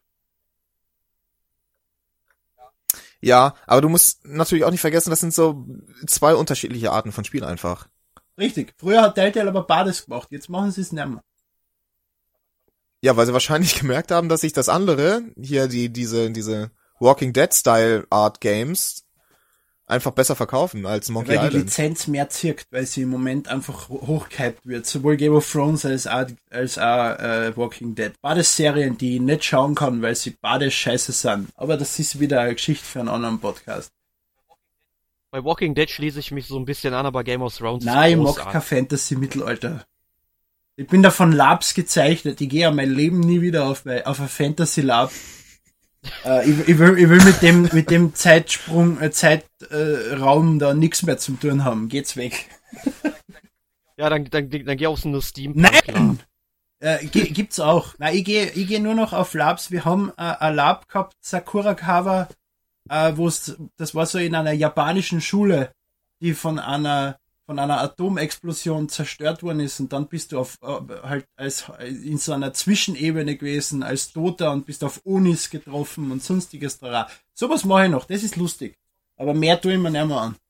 Ja, aber du musst natürlich auch nicht vergessen, das sind so zwei unterschiedliche Arten von Spielen einfach. Richtig. Früher hat Telltale aber beides gemacht, jetzt machen sie es nicht mehr. Ja, weil sie wahrscheinlich gemerkt haben, dass sich das andere, hier die diese diese Walking Dead Style Art Games einfach besser verkaufen als Monkey Island. Weil die Lizenz mehr zirkt, weil sie im Moment einfach hochgehypt wird. Sowohl Game of Thrones als auch, als auch äh, Walking Dead. Beide Serien, die ich nicht schauen kann, weil sie beide scheiße sind. Aber das ist wieder eine Geschichte für einen anderen Podcast. Bei Walking Dead schließe ich mich so ein bisschen an, aber Game of Thrones Nein, ich mag kein Fantasy-Mittelalter. Ich bin da von Labs gezeichnet. Ich gehe ja mein Leben nie wieder auf, auf ein Fantasy-Lab. Uh, ich, ich, will, ich will mit dem mit dem Zeitsprung, äh, Zeitraum äh, da nichts mehr zu tun haben. Geht's weg. Ja, dann, dann, dann geh auf so eine Steam. Nein! Äh, gibt's auch. Nein, ich gehe ich geh nur noch auf Labs. Wir haben äh, ein Lab gehabt, Sakura Kawa, äh, wo es, das war so in einer japanischen Schule, die von einer von einer Atomexplosion zerstört worden ist und dann bist du auf äh, halt als in so einer Zwischenebene gewesen als Toter und bist auf Unis getroffen und sonstiges da. Sowas mache ich noch, das ist lustig. Aber mehr tue ich mir nicht mehr an.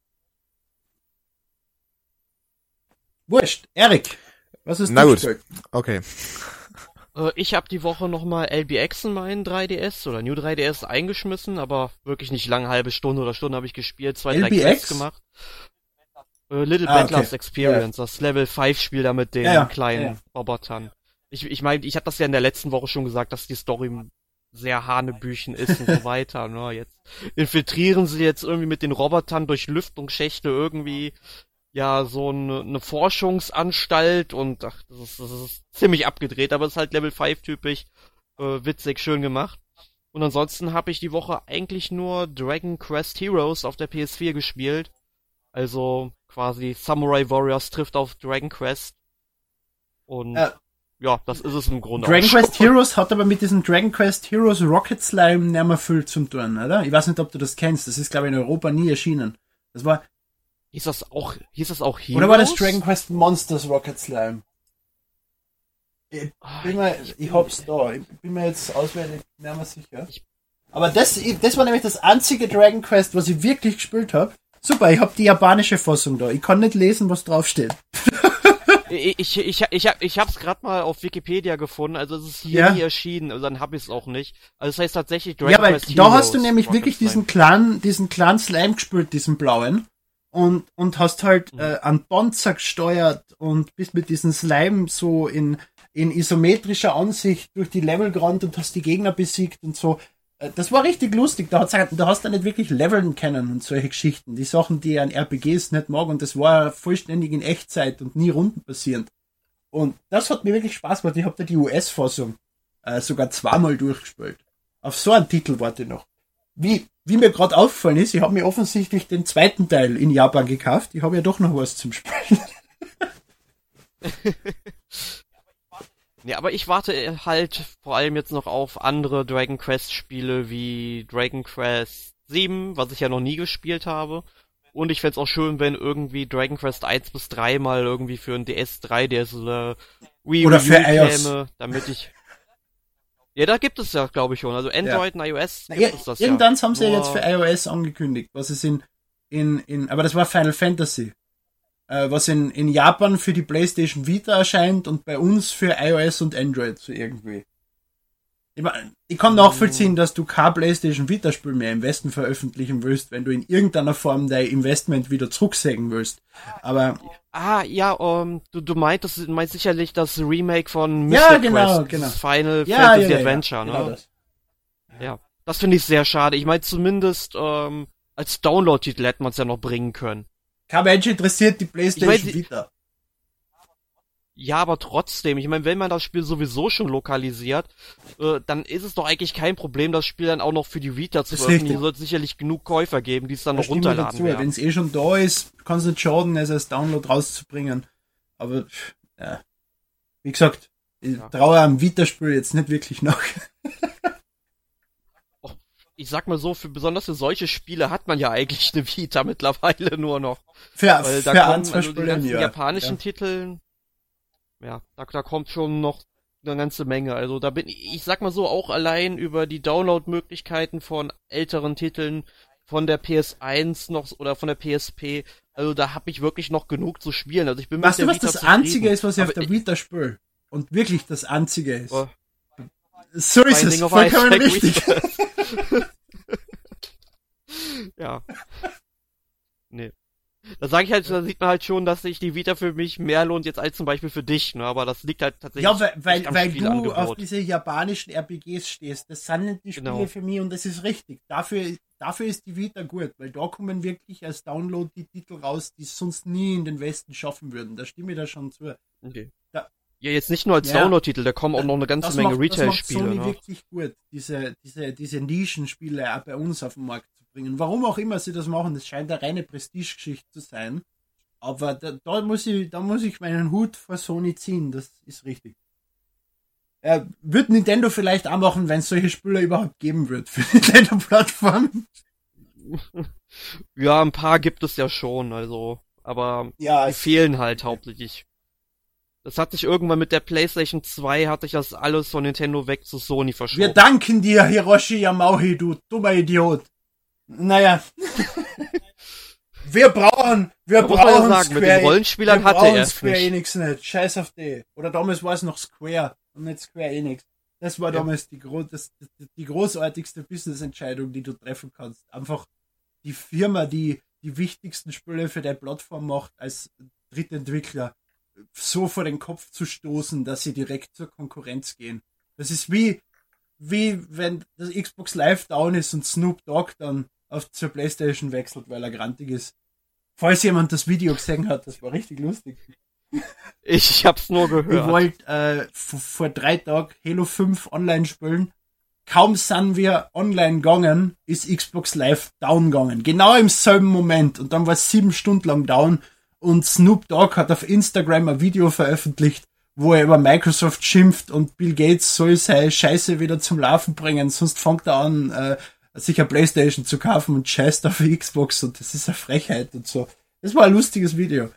Wurscht, Erik, was ist Na gut, okay. Äh, ich habe die Woche nochmal L B X in meinen drei D S oder New drei D S eingeschmissen, aber wirklich nicht lange, halbe Stunde oder Stunde habe ich gespielt, zwei, drei Quests gemacht. Little ah, Battlers okay. Experience, ja. Das Level fünf Spiel da mit den ja, ja. kleinen ja. Robotern. Ich ich meine, ich habe das ja in der letzten Woche schon gesagt, dass die Story sehr hanebüchen ist und so weiter. Ne? Jetzt infiltrieren sie jetzt irgendwie mit den Robotern durch Lüftungsschächte irgendwie ja so eine, eine Forschungsanstalt und ach, das ist, das ist ziemlich abgedreht, aber es ist halt Level fünf typisch, äh, witzig, schön gemacht. Und ansonsten habe ich die Woche eigentlich nur Dragon Quest Heroes auf der P S vier gespielt. Also quasi Samurai Warriors trifft auf Dragon Quest. Und äh, ja, das ist es im Grunde Dragon auch Quest schon. Heroes hat aber mit diesem Dragon Quest Heroes Rocket Slime nicht mehr viel zum tun, oder? Ich weiß nicht, ob du das kennst. Das ist, glaube ich, in Europa nie erschienen. Das war... Hieß das auch, hieß das auch Heroes? Oder war das Dragon Quest Monsters Rocket Slime? Ich, bin mir, ich hab's da. Ich bin mir jetzt auswendig nicht mehr sicher. Aber das, das war nämlich das einzige Dragon Quest, was ich wirklich gespielt habe. Super, ich habe die japanische Fassung da. Ich kann nicht lesen, was draufsteht. ich ich ich ich hab ich hab's gerade mal auf Wikipedia gefunden, also es ist hier ja. nie erschienen, also dann hab ich es auch nicht. Also das heißt tatsächlich Dragon ja, weil Quest da Heroes, hast du nämlich wirklich diesen kleinen diesen kleinen Slime gespielt, diesen blauen und und hast halt mhm. äh, an Panzer gesteuert und bist mit diesem Slime so in in isometrischer Ansicht durch die Level gerannt und hast die Gegner besiegt und so. Das war richtig lustig. Da, hat's, da hast du nicht wirklich leveln können und solche Geschichten. Die Sachen, die ein R P Gs nicht mag. Und das war vollständig in Echtzeit und nie rundenbasierend. Und das hat mir wirklich Spaß gemacht. Ich habe da die U S-Fassung äh, sogar zweimal durchgespielt. Auf so einen Titel warte ich noch. Wie, wie mir gerade aufgefallen ist, ich habe mir offensichtlich den zweiten Teil in Japan gekauft. Ich habe ja doch noch was zum Spielen. Ja, aber ich warte halt vor allem jetzt noch auf andere Dragon Quest Spiele wie Dragon Quest sieben, was ich ja noch nie gespielt habe. Und ich fänd's auch schön, wenn irgendwie Dragon Quest eins bis drei mal irgendwie für ein D S, drei D S oder Wii oder für iOS käme, damit ich... Ja, da gibt es ja, glaube ich schon. Also Android ja. und iOS gibt Na, es das irgendwann ja. haben sie ja jetzt für iOS angekündigt, was es in, in, in, aber das war Final Fantasy, äh, was in, in Japan für die PlayStation Vita erscheint und bei uns für iOS und Android so irgendwie. Ich, mein, ich kann nachvollziehen, dass du kein PlayStation Vita-Spiel mehr im Westen veröffentlichen willst, wenn du in irgendeiner Form dein Investment wieder zurücksägen willst. Aber ah, ja, um, du, du meintest, meinst sicherlich das Remake von Mister Ja, genau, Quest, genau. Final ja, Fantasy ja, ja, Adventure, ja, ne? genau das. Ja, das finde ich sehr schade. Ich meine, zumindest ähm, als Download-Titel hätte man es ja noch bringen können. Kein Mensch interessiert die PlayStation ich mein, Vita. Ja, aber trotzdem, ich meine, wenn man das Spiel sowieso schon lokalisiert, äh, dann ist es doch eigentlich kein Problem, das Spiel dann auch noch für die Vita zu veröffentlichen. Es wird sicherlich genug Käufer geben, die es dann da noch runterladen werden. Wenn es eh schon da ist, kann es nicht schaden, es als Download rauszubringen. Aber, ja, wie gesagt, ich ja. traue am Vita-Spiel jetzt nicht wirklich nach. Ich sag mal so, für besonders für solche Spiele hat man ja eigentlich eine Vita mittlerweile nur noch. Für, Weil da für kommen also die ganzen ja. japanischen ja. Titeln, ja, da, da kommt schon noch eine ganze Menge. Also da bin ich, ich sag mal so, auch allein über die Download-Möglichkeiten von älteren Titeln von der P S eins noch oder von der P S P, also da habe ich wirklich noch genug zu spielen. Also ich bin weißt mit du, der was Vita das zufrieden. Einzige ist, was ich Aber auf der Vita spiele? Und wirklich das Einzige ist. Oh. So ist es, vollkommen richtig. Ja. Nee. Da sage ich halt, da sieht man halt schon, dass sich die Vita für mich mehr lohnt jetzt als zum Beispiel für dich, ne? Aber das liegt halt tatsächlich. Ja, weil, weil, weil du auf diese japanischen R P Gs stehst. Das sind nicht die Spiele genau. für mich und das ist richtig. Dafür, dafür ist die Vita gut, weil da kommen wirklich als Download die Titel raus, die es sonst nie in den Westen schaffen würden. Da stimme ich da schon zu. Okay. Da, ja, jetzt nicht nur als ja, Download-Titel, da kommen auch noch eine ganze das Menge macht, Retail-Spiele. Das macht Sony ne? wirklich gut, diese, diese, diese Nischenspiele auch bei uns auf den Markt zu bringen. Warum auch immer sie das machen, das scheint eine reine Prestigegeschichte zu sein. Aber da, da muss ich, da muss ich meinen Hut vor Sony ziehen, das ist richtig. Äh, wird Nintendo vielleicht auch machen, wenn es solche Spiele überhaupt geben wird für Nintendo-Plattformen? Ja, ein paar gibt es ja schon, also, aber ja, die fehlen halt hauptsächlich. Das hat sich irgendwann mit der PlayStation zwei, hat sich das alles von Nintendo weg zu Sony verschoben. Wir danken dir, Hiroshi Yamauchi, du dummer Idiot. Naja. Wir brauchen, wir muss brauchen man ja sagen, Square, mit den Rollenspielern wir hatte brauchen er Square nicht. Enix nicht. Scheiß auf die. Oder damals war es noch Square und nicht Square Enix. Das war ja. damals die, gro das, die großartigste Business-Entscheidung, die du treffen kannst. Einfach die Firma, die die wichtigsten Spiele für deine Plattform macht, als Drittentwickler so vor den Kopf zu stoßen, dass sie direkt zur Konkurrenz gehen. Das ist wie, wie wenn das Xbox Live down ist und Snoop Dogg dann auf zur PlayStation wechselt, weil er grantig ist. Falls jemand das Video gesehen hat, das war richtig lustig. Ich, ich hab's nur gehört. Ich wollte äh, vor drei Tagen Halo fünf online spielen. Kaum sind wir online gegangen, ist Xbox Live down gegangen. Genau im selben Moment. Und dann war es sieben Stunden lang down. Und Snoop Dogg hat auf Instagram ein Video veröffentlicht, wo er über Microsoft schimpft und Bill Gates soll seine Scheiße wieder zum Laufen bringen. Sonst fängt er an, äh, sich eine Playstation zu kaufen und scheißt auf Xbox. Und das ist eine Frechheit und so. Das war ein lustiges Video.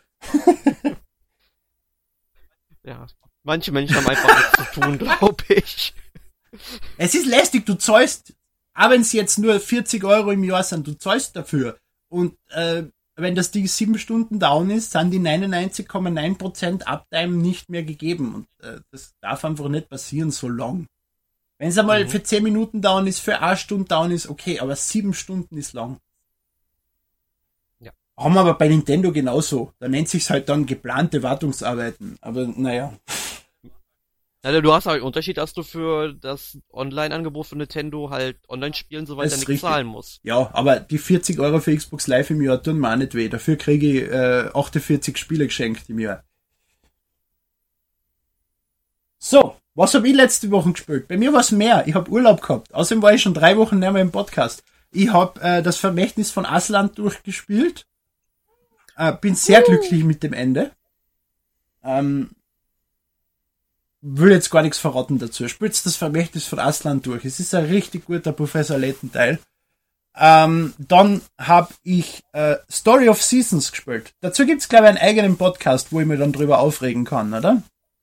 Ja, manche Menschen haben einfach nichts zu tun, glaube ich. Es ist lästig, du zahlst, auch wenn es jetzt nur vierzig Euro im Jahr sind, du zahlst dafür. Und äh, wenn das Ding sieben Stunden down ist, sind die neunundneunzig Komma neun Prozent Uptime nicht mehr gegeben. Und äh, das darf einfach nicht passieren so lang. Wenn es einmal mhm. für zehn Minuten down ist, für eine Stunde down ist, okay, aber sieben Stunden ist lang. Ja. Haben wir aber bei Nintendo genauso. Da nennt sich's halt dann geplante Wartungsarbeiten. Aber naja. Ja, du hast halt den Unterschied, dass du für das Online-Angebot von Nintendo halt Online-Spielen so weiter nicht zahlen musst. Ja, aber die vierzig Euro für Xbox Live im Jahr tun mir auch nicht weh. Dafür kriege ich äh, achtundvierzig Spiele geschenkt im Jahr. So, was habe ich letzte Woche gespielt? Bei mir war es mehr. Ich habe Urlaub gehabt. Außerdem war ich schon drei Wochen nicht mehr im Podcast. Ich habe äh, das Vermächtnis von Aslan durchgespielt. Äh, bin sehr uh. glücklich mit dem Ende. Ähm, will jetzt gar nichts verraten dazu. Spielt das Vermächtnis von Aslan durch. Es ist ein richtig guter Professor Layton-Teil. Ähm, dann habe ich äh, Story of Seasons gespielt. Dazu gibt's glaube ich einen eigenen Podcast, wo ich mich dann drüber aufregen kann, oder?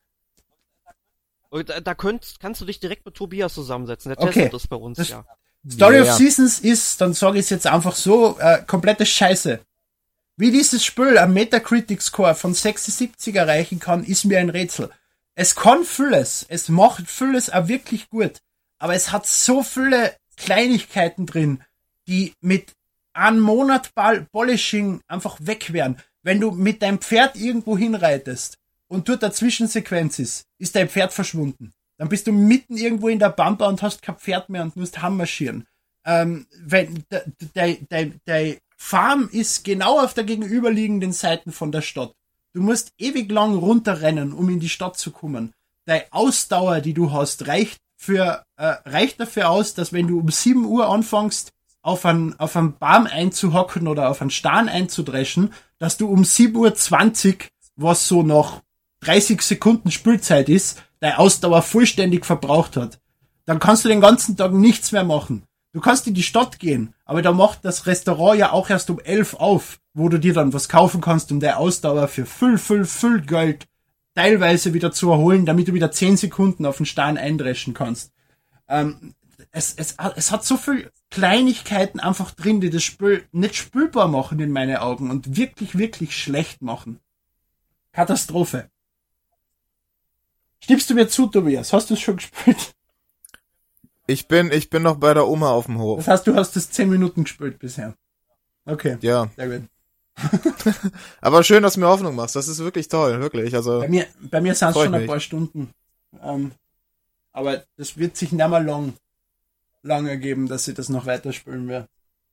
Da, da könnt, kannst du dich direkt mit Tobias zusammensetzen. Der okay. testet das bei uns, das, ja. Story yeah. of Seasons ist, dann sage ich es jetzt einfach so, äh, komplette Scheiße. Wie dieses Spiel einen Metacritic-Score von sechsundsiebzig erreichen kann, ist mir ein Rätsel. Es kann vieles, es macht vieles auch wirklich gut, aber es hat so viele Kleinigkeiten drin, die mit einem Monat Polishing einfach weg wären. Wenn du mit deinem Pferd irgendwo hinreitest und dort eine Zwischensequenz ist, ist dein Pferd verschwunden. Dann bist du mitten irgendwo in der Pampa und hast kein Pferd mehr und musst heimmarschieren. Ähm, wenn deine Farm ist genau auf der gegenüberliegenden Seite von der Stadt. Du musst ewig lang runterrennen, um in die Stadt zu kommen. Deine Ausdauer, die du hast, reicht für äh, reicht dafür aus, dass wenn du um sieben Uhr anfängst, auf einen, auf einen Baum einzuhocken oder auf einen Starn einzudreschen, dass du um sieben Uhr zwanzig, was so noch dreißig Sekunden Spielzeit ist, deine Ausdauer vollständig verbraucht hat. Dann kannst du den ganzen Tag nichts mehr machen. Du kannst in die Stadt gehen, aber da macht das Restaurant ja auch erst um elf auf, wo du dir dann was kaufen kannst, um deine Ausdauer für viel, viel, viel Geld teilweise wieder zu erholen, damit du wieder zehn Sekunden auf den Starn eindreschen kannst. Ähm, es, es, es hat so viel Kleinigkeiten einfach drin, die das Spiel nicht spielbar machen in meinen Augen und wirklich, wirklich schlecht machen. Katastrophe. Stimmst du mir zu, Tobias? Hast du es schon gespielt? Ich bin, ich bin noch bei der Oma auf dem Hof. Das heißt, du hast es zehn Minuten gespielt bisher. Okay. Ja. Sehr gut. Aber schön, dass du mir Hoffnung machst. Das ist wirklich toll, wirklich. Also bei mir, bei mir sind es schon ein mich. paar Stunden. Ähm, aber das wird sich nicht mehr lang, lang ergeben, dass ich das noch weiterspielen werde.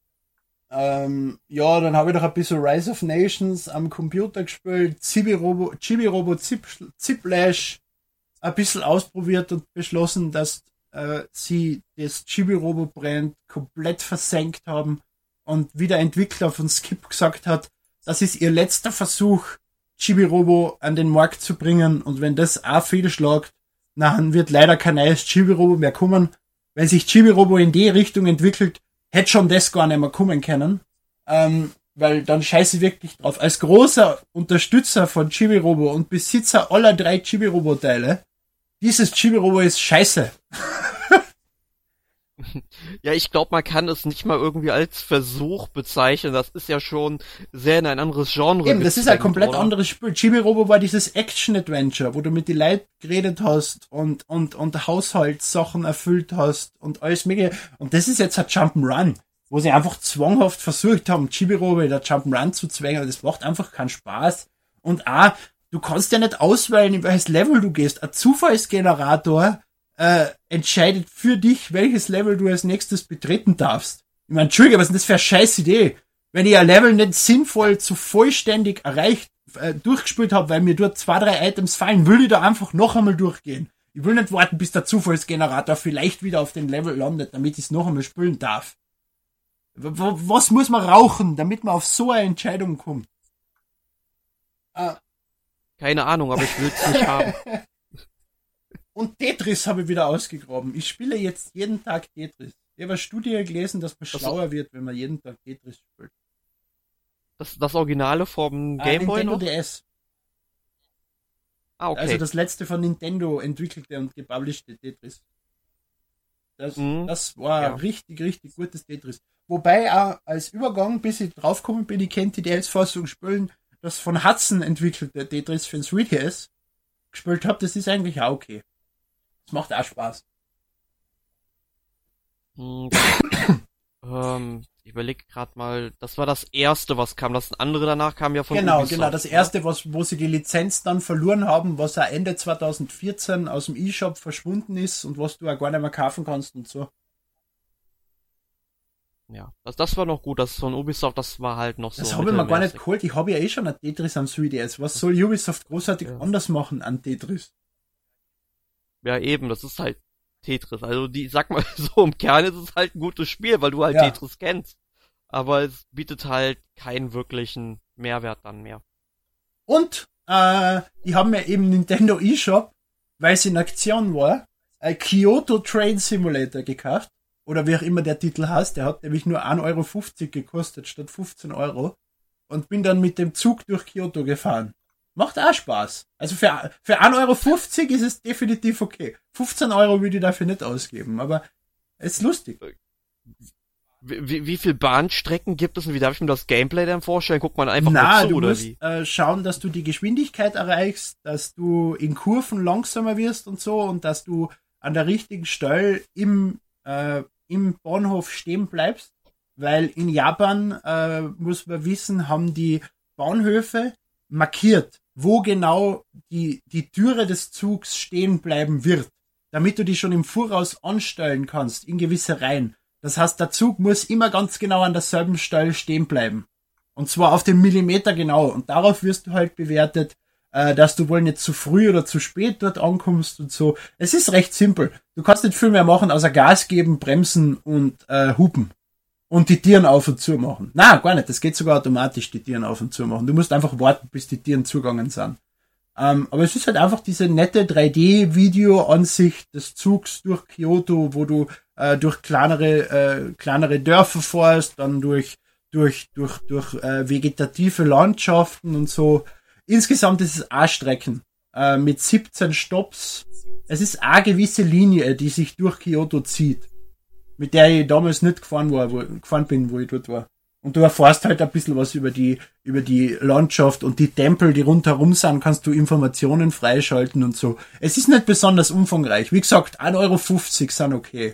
Ähm, ja, dann habe ich noch ein bisschen Rise of Nations am Computer gespielt, Chibi-Robo, Chibi-Robo Zip, Ziplash ein bisschen ausprobiert und beschlossen, dass äh, sie das Chibi-Robo-Brand komplett versenkt haben und wie der Entwickler von Skip gesagt hat, das ist ihr letzter Versuch, Chibi-Robo an den Markt zu bringen und wenn das auch fehlschlägt, dann wird leider kein neues Chibi-Robo mehr kommen. Wenn sich Chibi-Robo in die Richtung entwickelt, hätte schon das gar nicht mehr kommen können, ähm, weil dann scheiße ich wirklich drauf. Als großer Unterstützer von Chibi-Robo und Besitzer aller drei Chibi-Robo-Teile, dieses Chibi-Robo ist scheiße. Ja, ich glaube, man kann es nicht mal irgendwie als Versuch bezeichnen. Das ist ja schon sehr in ein anderes Genre. Eben, das ist ein komplett oder? anderes Spiel. Chibi-Robo war dieses Action-Adventure, wo du mit den Leuten geredet hast und, und, und Haushaltssachen erfüllt hast und alles mögliche. Und das ist jetzt ein Jump'n'Run, wo sie einfach zwanghaft versucht haben, Chibi-Robo in der Jump'n'Run zu zwängen. Das macht einfach keinen Spaß. Und auch, du kannst ja nicht auswählen, in welches Level du gehst. Ein Zufallsgenerator Äh, entscheidet für dich, welches Level du als nächstes betreten darfst. Ich meine, Entschuldige, was ist denn das für eine scheiß Idee? Wenn ich ein Level nicht sinnvoll zu vollständig erreicht, äh, durchgespielt habe, weil mir dort zwei, drei Items fallen, will ich da einfach noch einmal durchgehen. Ich will nicht warten, bis der Zufallsgenerator vielleicht wieder auf den Level landet, damit ich es noch einmal spielen darf. W- w- was muss man rauchen, damit man auf so eine Entscheidung kommt? Äh, Keine Ahnung, aber ich will es nicht haben. Und Tetris habe ich wieder ausgegraben. Ich spiele jetzt jeden Tag Tetris. Ich habe eine Studie gelesen, dass man Das schlauer wird, wenn man jeden Tag Tetris spielt. Das, das Originale vom Ah, Gameboy Nintendo noch? D S. Ah, okay. Also das letzte von Nintendo entwickelte und gepublishte Tetris. Das, Mhm. das war Ja. richtig, richtig gutes Tetris. Wobei auch als Übergang, bis ich draufgekommen bin, ich kennt die D S-Fassung spielen, das von Hudson entwickelte Tetris für den drei D S gespielt habe, das ist eigentlich auch okay. Das macht auch Spaß. Hm, ähm, ich überlege gerade mal, das war das erste, was kam. Das andere danach kam ja von Genau, Ubisoft, genau. Das ne? erste, was, wo sie die Lizenz dann verloren haben, was auch Ende zwanzig vierzehn aus dem eShop verschwunden ist und was du auch gar nicht mehr kaufen kannst und so. Ja, das, das war noch gut. Das von Ubisoft, das war halt noch so. Das habe ich mir gar nicht mittelmäßig. geholt. Ich habe ja eh schon ein Tetris am drei D S. Was soll Ubisoft großartig Ja. anders machen an Tetris? Ja, eben, das ist halt Tetris. Also die, sag mal so, im Kern ist es halt ein gutes Spiel, weil du halt Ja. Tetris kennst. Aber es bietet halt keinen wirklichen Mehrwert dann mehr. Und äh, die haben ja eben Nintendo eShop, weil es in Aktion war, ein Kyoto Train Simulator gekauft. oder wie auch immer der Titel heißt, der hat nämlich nur ein Euro fünfzig gekostet statt fünfzehn Euro und bin dann mit dem Zug durch Kyoto gefahren. Macht auch Spaß. Also für, für ein Euro fünfzig ist es definitiv okay. fünfzehn Euro würde ich dafür nicht ausgeben, aber es ist lustig. Wie, wie viel Bahnstrecken gibt es und wie darf ich mir das Gameplay dann vorstellen? Guckt man einfach Na, nur zu, du oder musst, wie? Äh, schauen, dass du die Geschwindigkeit erreichst, dass du in Kurven langsamer wirst und so und dass du an der richtigen Stelle im, äh, im Bahnhof stehen bleibst, weil in Japan, äh, muss man wissen, haben die Bahnhöfe markiert, wo genau die, die Türe des Zugs stehen bleiben wird, damit du die schon im Voraus anstellen kannst, in gewisse Reihen. Das heißt, der Zug muss immer ganz genau an derselben Stelle stehen bleiben. Und zwar auf den Millimeter genau. Und darauf wirst du halt bewertet, äh, dass du wohl nicht zu früh oder zu spät dort ankommst und so. Es ist recht simpel. Du kannst nicht viel mehr machen, außer Gas geben, bremsen und äh, hupen. Und die Tieren auf und zu machen. Na, gar nicht. Das geht sogar automatisch, die Tieren auf und zu machen. Du musst einfach warten, bis die Tieren zugegangen sind. Ähm, aber es ist halt einfach diese nette drei D-Video-Ansicht des Zugs durch Kyoto, wo du äh, durch kleinere äh, kleinere Dörfer fährst, dann durch durch durch durch äh, vegetative Landschaften und so. Insgesamt ist es auch Strecken äh, mit siebzehn Stopps. Es ist eine gewisse Linie, die sich durch Kyoto zieht, mit der ich damals nicht gefahren war, wo gefahren bin, wo ich dort war. Und du erfährst halt ein bisschen was über die, über die Landschaft und die Tempel, die rundherum sind, kannst du Informationen freischalten und so. Es ist nicht besonders umfangreich. Wie gesagt, ein Euro fünfzig sind okay.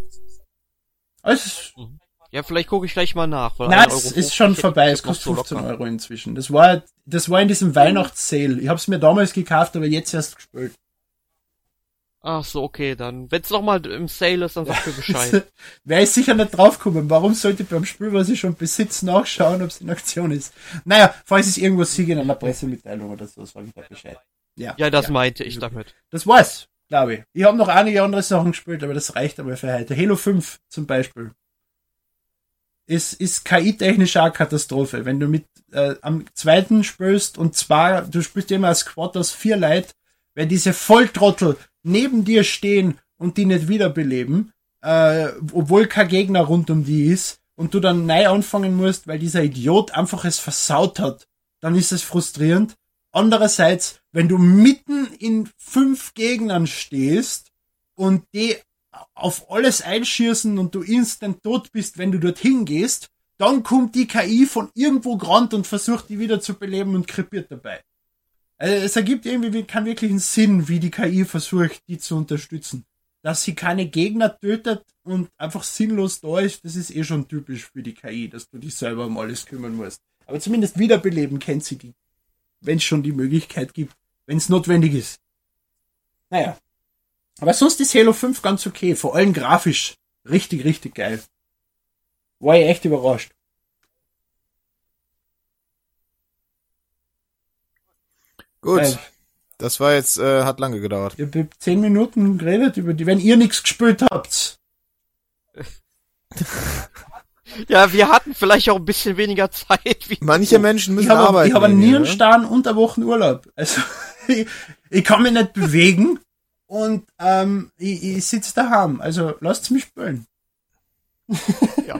Also, ja, vielleicht gucke ich gleich mal nach. Weil nein, es ist schon vorbei. Es kostet fünfzehn Euro inzwischen. Das war, das war in diesem Weihnachtssale. Ich hab's mir damals gekauft, aber jetzt erst gespielt. Ach so, okay, dann. Wenn's nochmal im Sale ist, dann sag mir Bescheid. Wäre ich sicher nicht draufgekommen. Warum sollte ich beim Spiel, was ich schon besitze, nachschauen, ob es in Aktion ist? Naja, falls es irgendwo siege in einer Pressemitteilung oder so, sage ich da Bescheid. Ja, ja das ja. meinte ich damit. Das war's, glaube ich. Ich habe noch einige andere Sachen gespielt, aber das reicht aber für heute. Halo fünf zum Beispiel. Ist, ist K I-technisch auch eine Katastrophe. Wenn du mit äh, am zweiten spielst und zwar, du spielst immer als Squad aus vier Leute, wenn diese Volltrottel neben dir stehen und die nicht wiederbeleben, äh, obwohl kein Gegner rund um die ist und du dann neu anfangen musst, weil dieser Idiot einfach es versaut hat, dann ist es frustrierend. Andererseits, wenn du mitten in fünf Gegnern stehst und die auf alles einschießen und du instant tot bist, wenn du dorthin gehst, dann kommt die K I von irgendwo gerannt und versucht die wieder zu beleben und krepiert dabei. Also es ergibt irgendwie keinen wirklichen Sinn, wie die K I versucht, die zu unterstützen. Dass sie keine Gegner tötet und einfach sinnlos da ist, das ist eh schon typisch für die K I, dass du dich selber um alles kümmern musst. Aber zumindest wiederbeleben kennt sie die, wenn es schon die Möglichkeit gibt, wenn es notwendig ist. Naja. Aber sonst ist Halo fünf ganz okay, vor allem grafisch richtig, richtig geil. War ich echt überrascht. Gut, Weil, das war jetzt, äh, hat lange gedauert. Ich habe zehn Minuten geredet über die, wenn ihr nichts gespielt habt. Ja, wir hatten vielleicht auch ein bisschen weniger Zeit. Wie Manche so. Menschen müssen ich hab, arbeiten. Ich habe einen Nierenstarren und eine Woche Urlaub. Also, ich, ich kann mich nicht bewegen und ähm, ich, ich sitze daheim. Also, lasst mich spielen. Ja.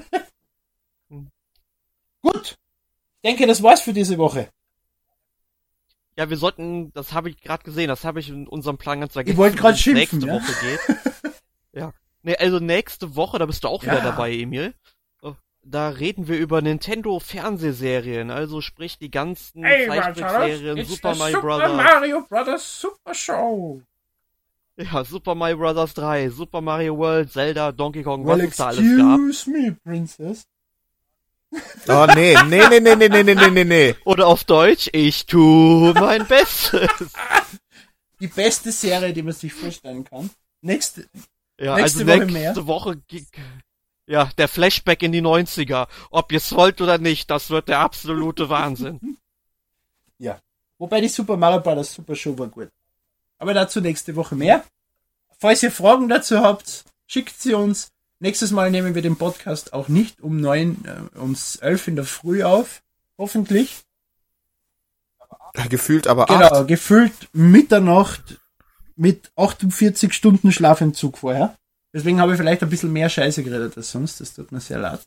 Gut. Ich denke, das war's für diese Woche. Ja, wir sollten, das habe ich gerade gesehen, das habe ich in unserem Plan ganz vergessen. Ich wollte gerade schimpfen, nächste ja? Woche geht. Ja. Nee, also nächste Woche, da bist du auch ja. wieder dabei, Emil. Da reden wir über Nintendo Fernsehserien, also sprich die ganzen hey, Zeichentrickserien, Super Mario Super Brothers. Super Mario Brothers Super Show. Ja, Super Mario Brothers drei, Super Mario World, Zelda, Donkey Kong, well, was es da alles gab. Excuse me, Princess. Oh, nee, nee, nee, nee, nee, nee, nee, nee, nee. Oder auf Deutsch, ich tu mein Bestes. Die beste Serie, die man sich vorstellen kann. Nächste, ja, nächste also Woche nächste mehr. Woche, ja, der Flashback in die neunziger. Ob ihr es wollt oder nicht, das wird der absolute Wahnsinn. Ja. Wobei die Super Mario Bros. Super Show war gut. Aber dazu nächste Woche mehr. Falls ihr Fragen dazu habt, schickt sie uns. Nächstes Mal nehmen wir den Podcast auch nicht um neun, äh, ums elf in der Früh auf. Hoffentlich. Gefühlt aber genau, acht. Genau, gefühlt Mitternacht mit achtundvierzig Stunden Schlafentzug vorher. Deswegen habe ich vielleicht ein bisschen mehr Scheiße geredet als sonst. Das tut mir sehr leid.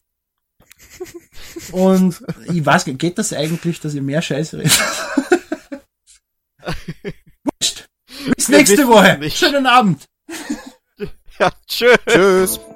Und ich weiß nicht, geht das eigentlich, dass ich mehr Scheiße rede? Wurscht. Bis nächste Woche. Nicht. Schönen Abend. Ja, tschüss. Tschüss.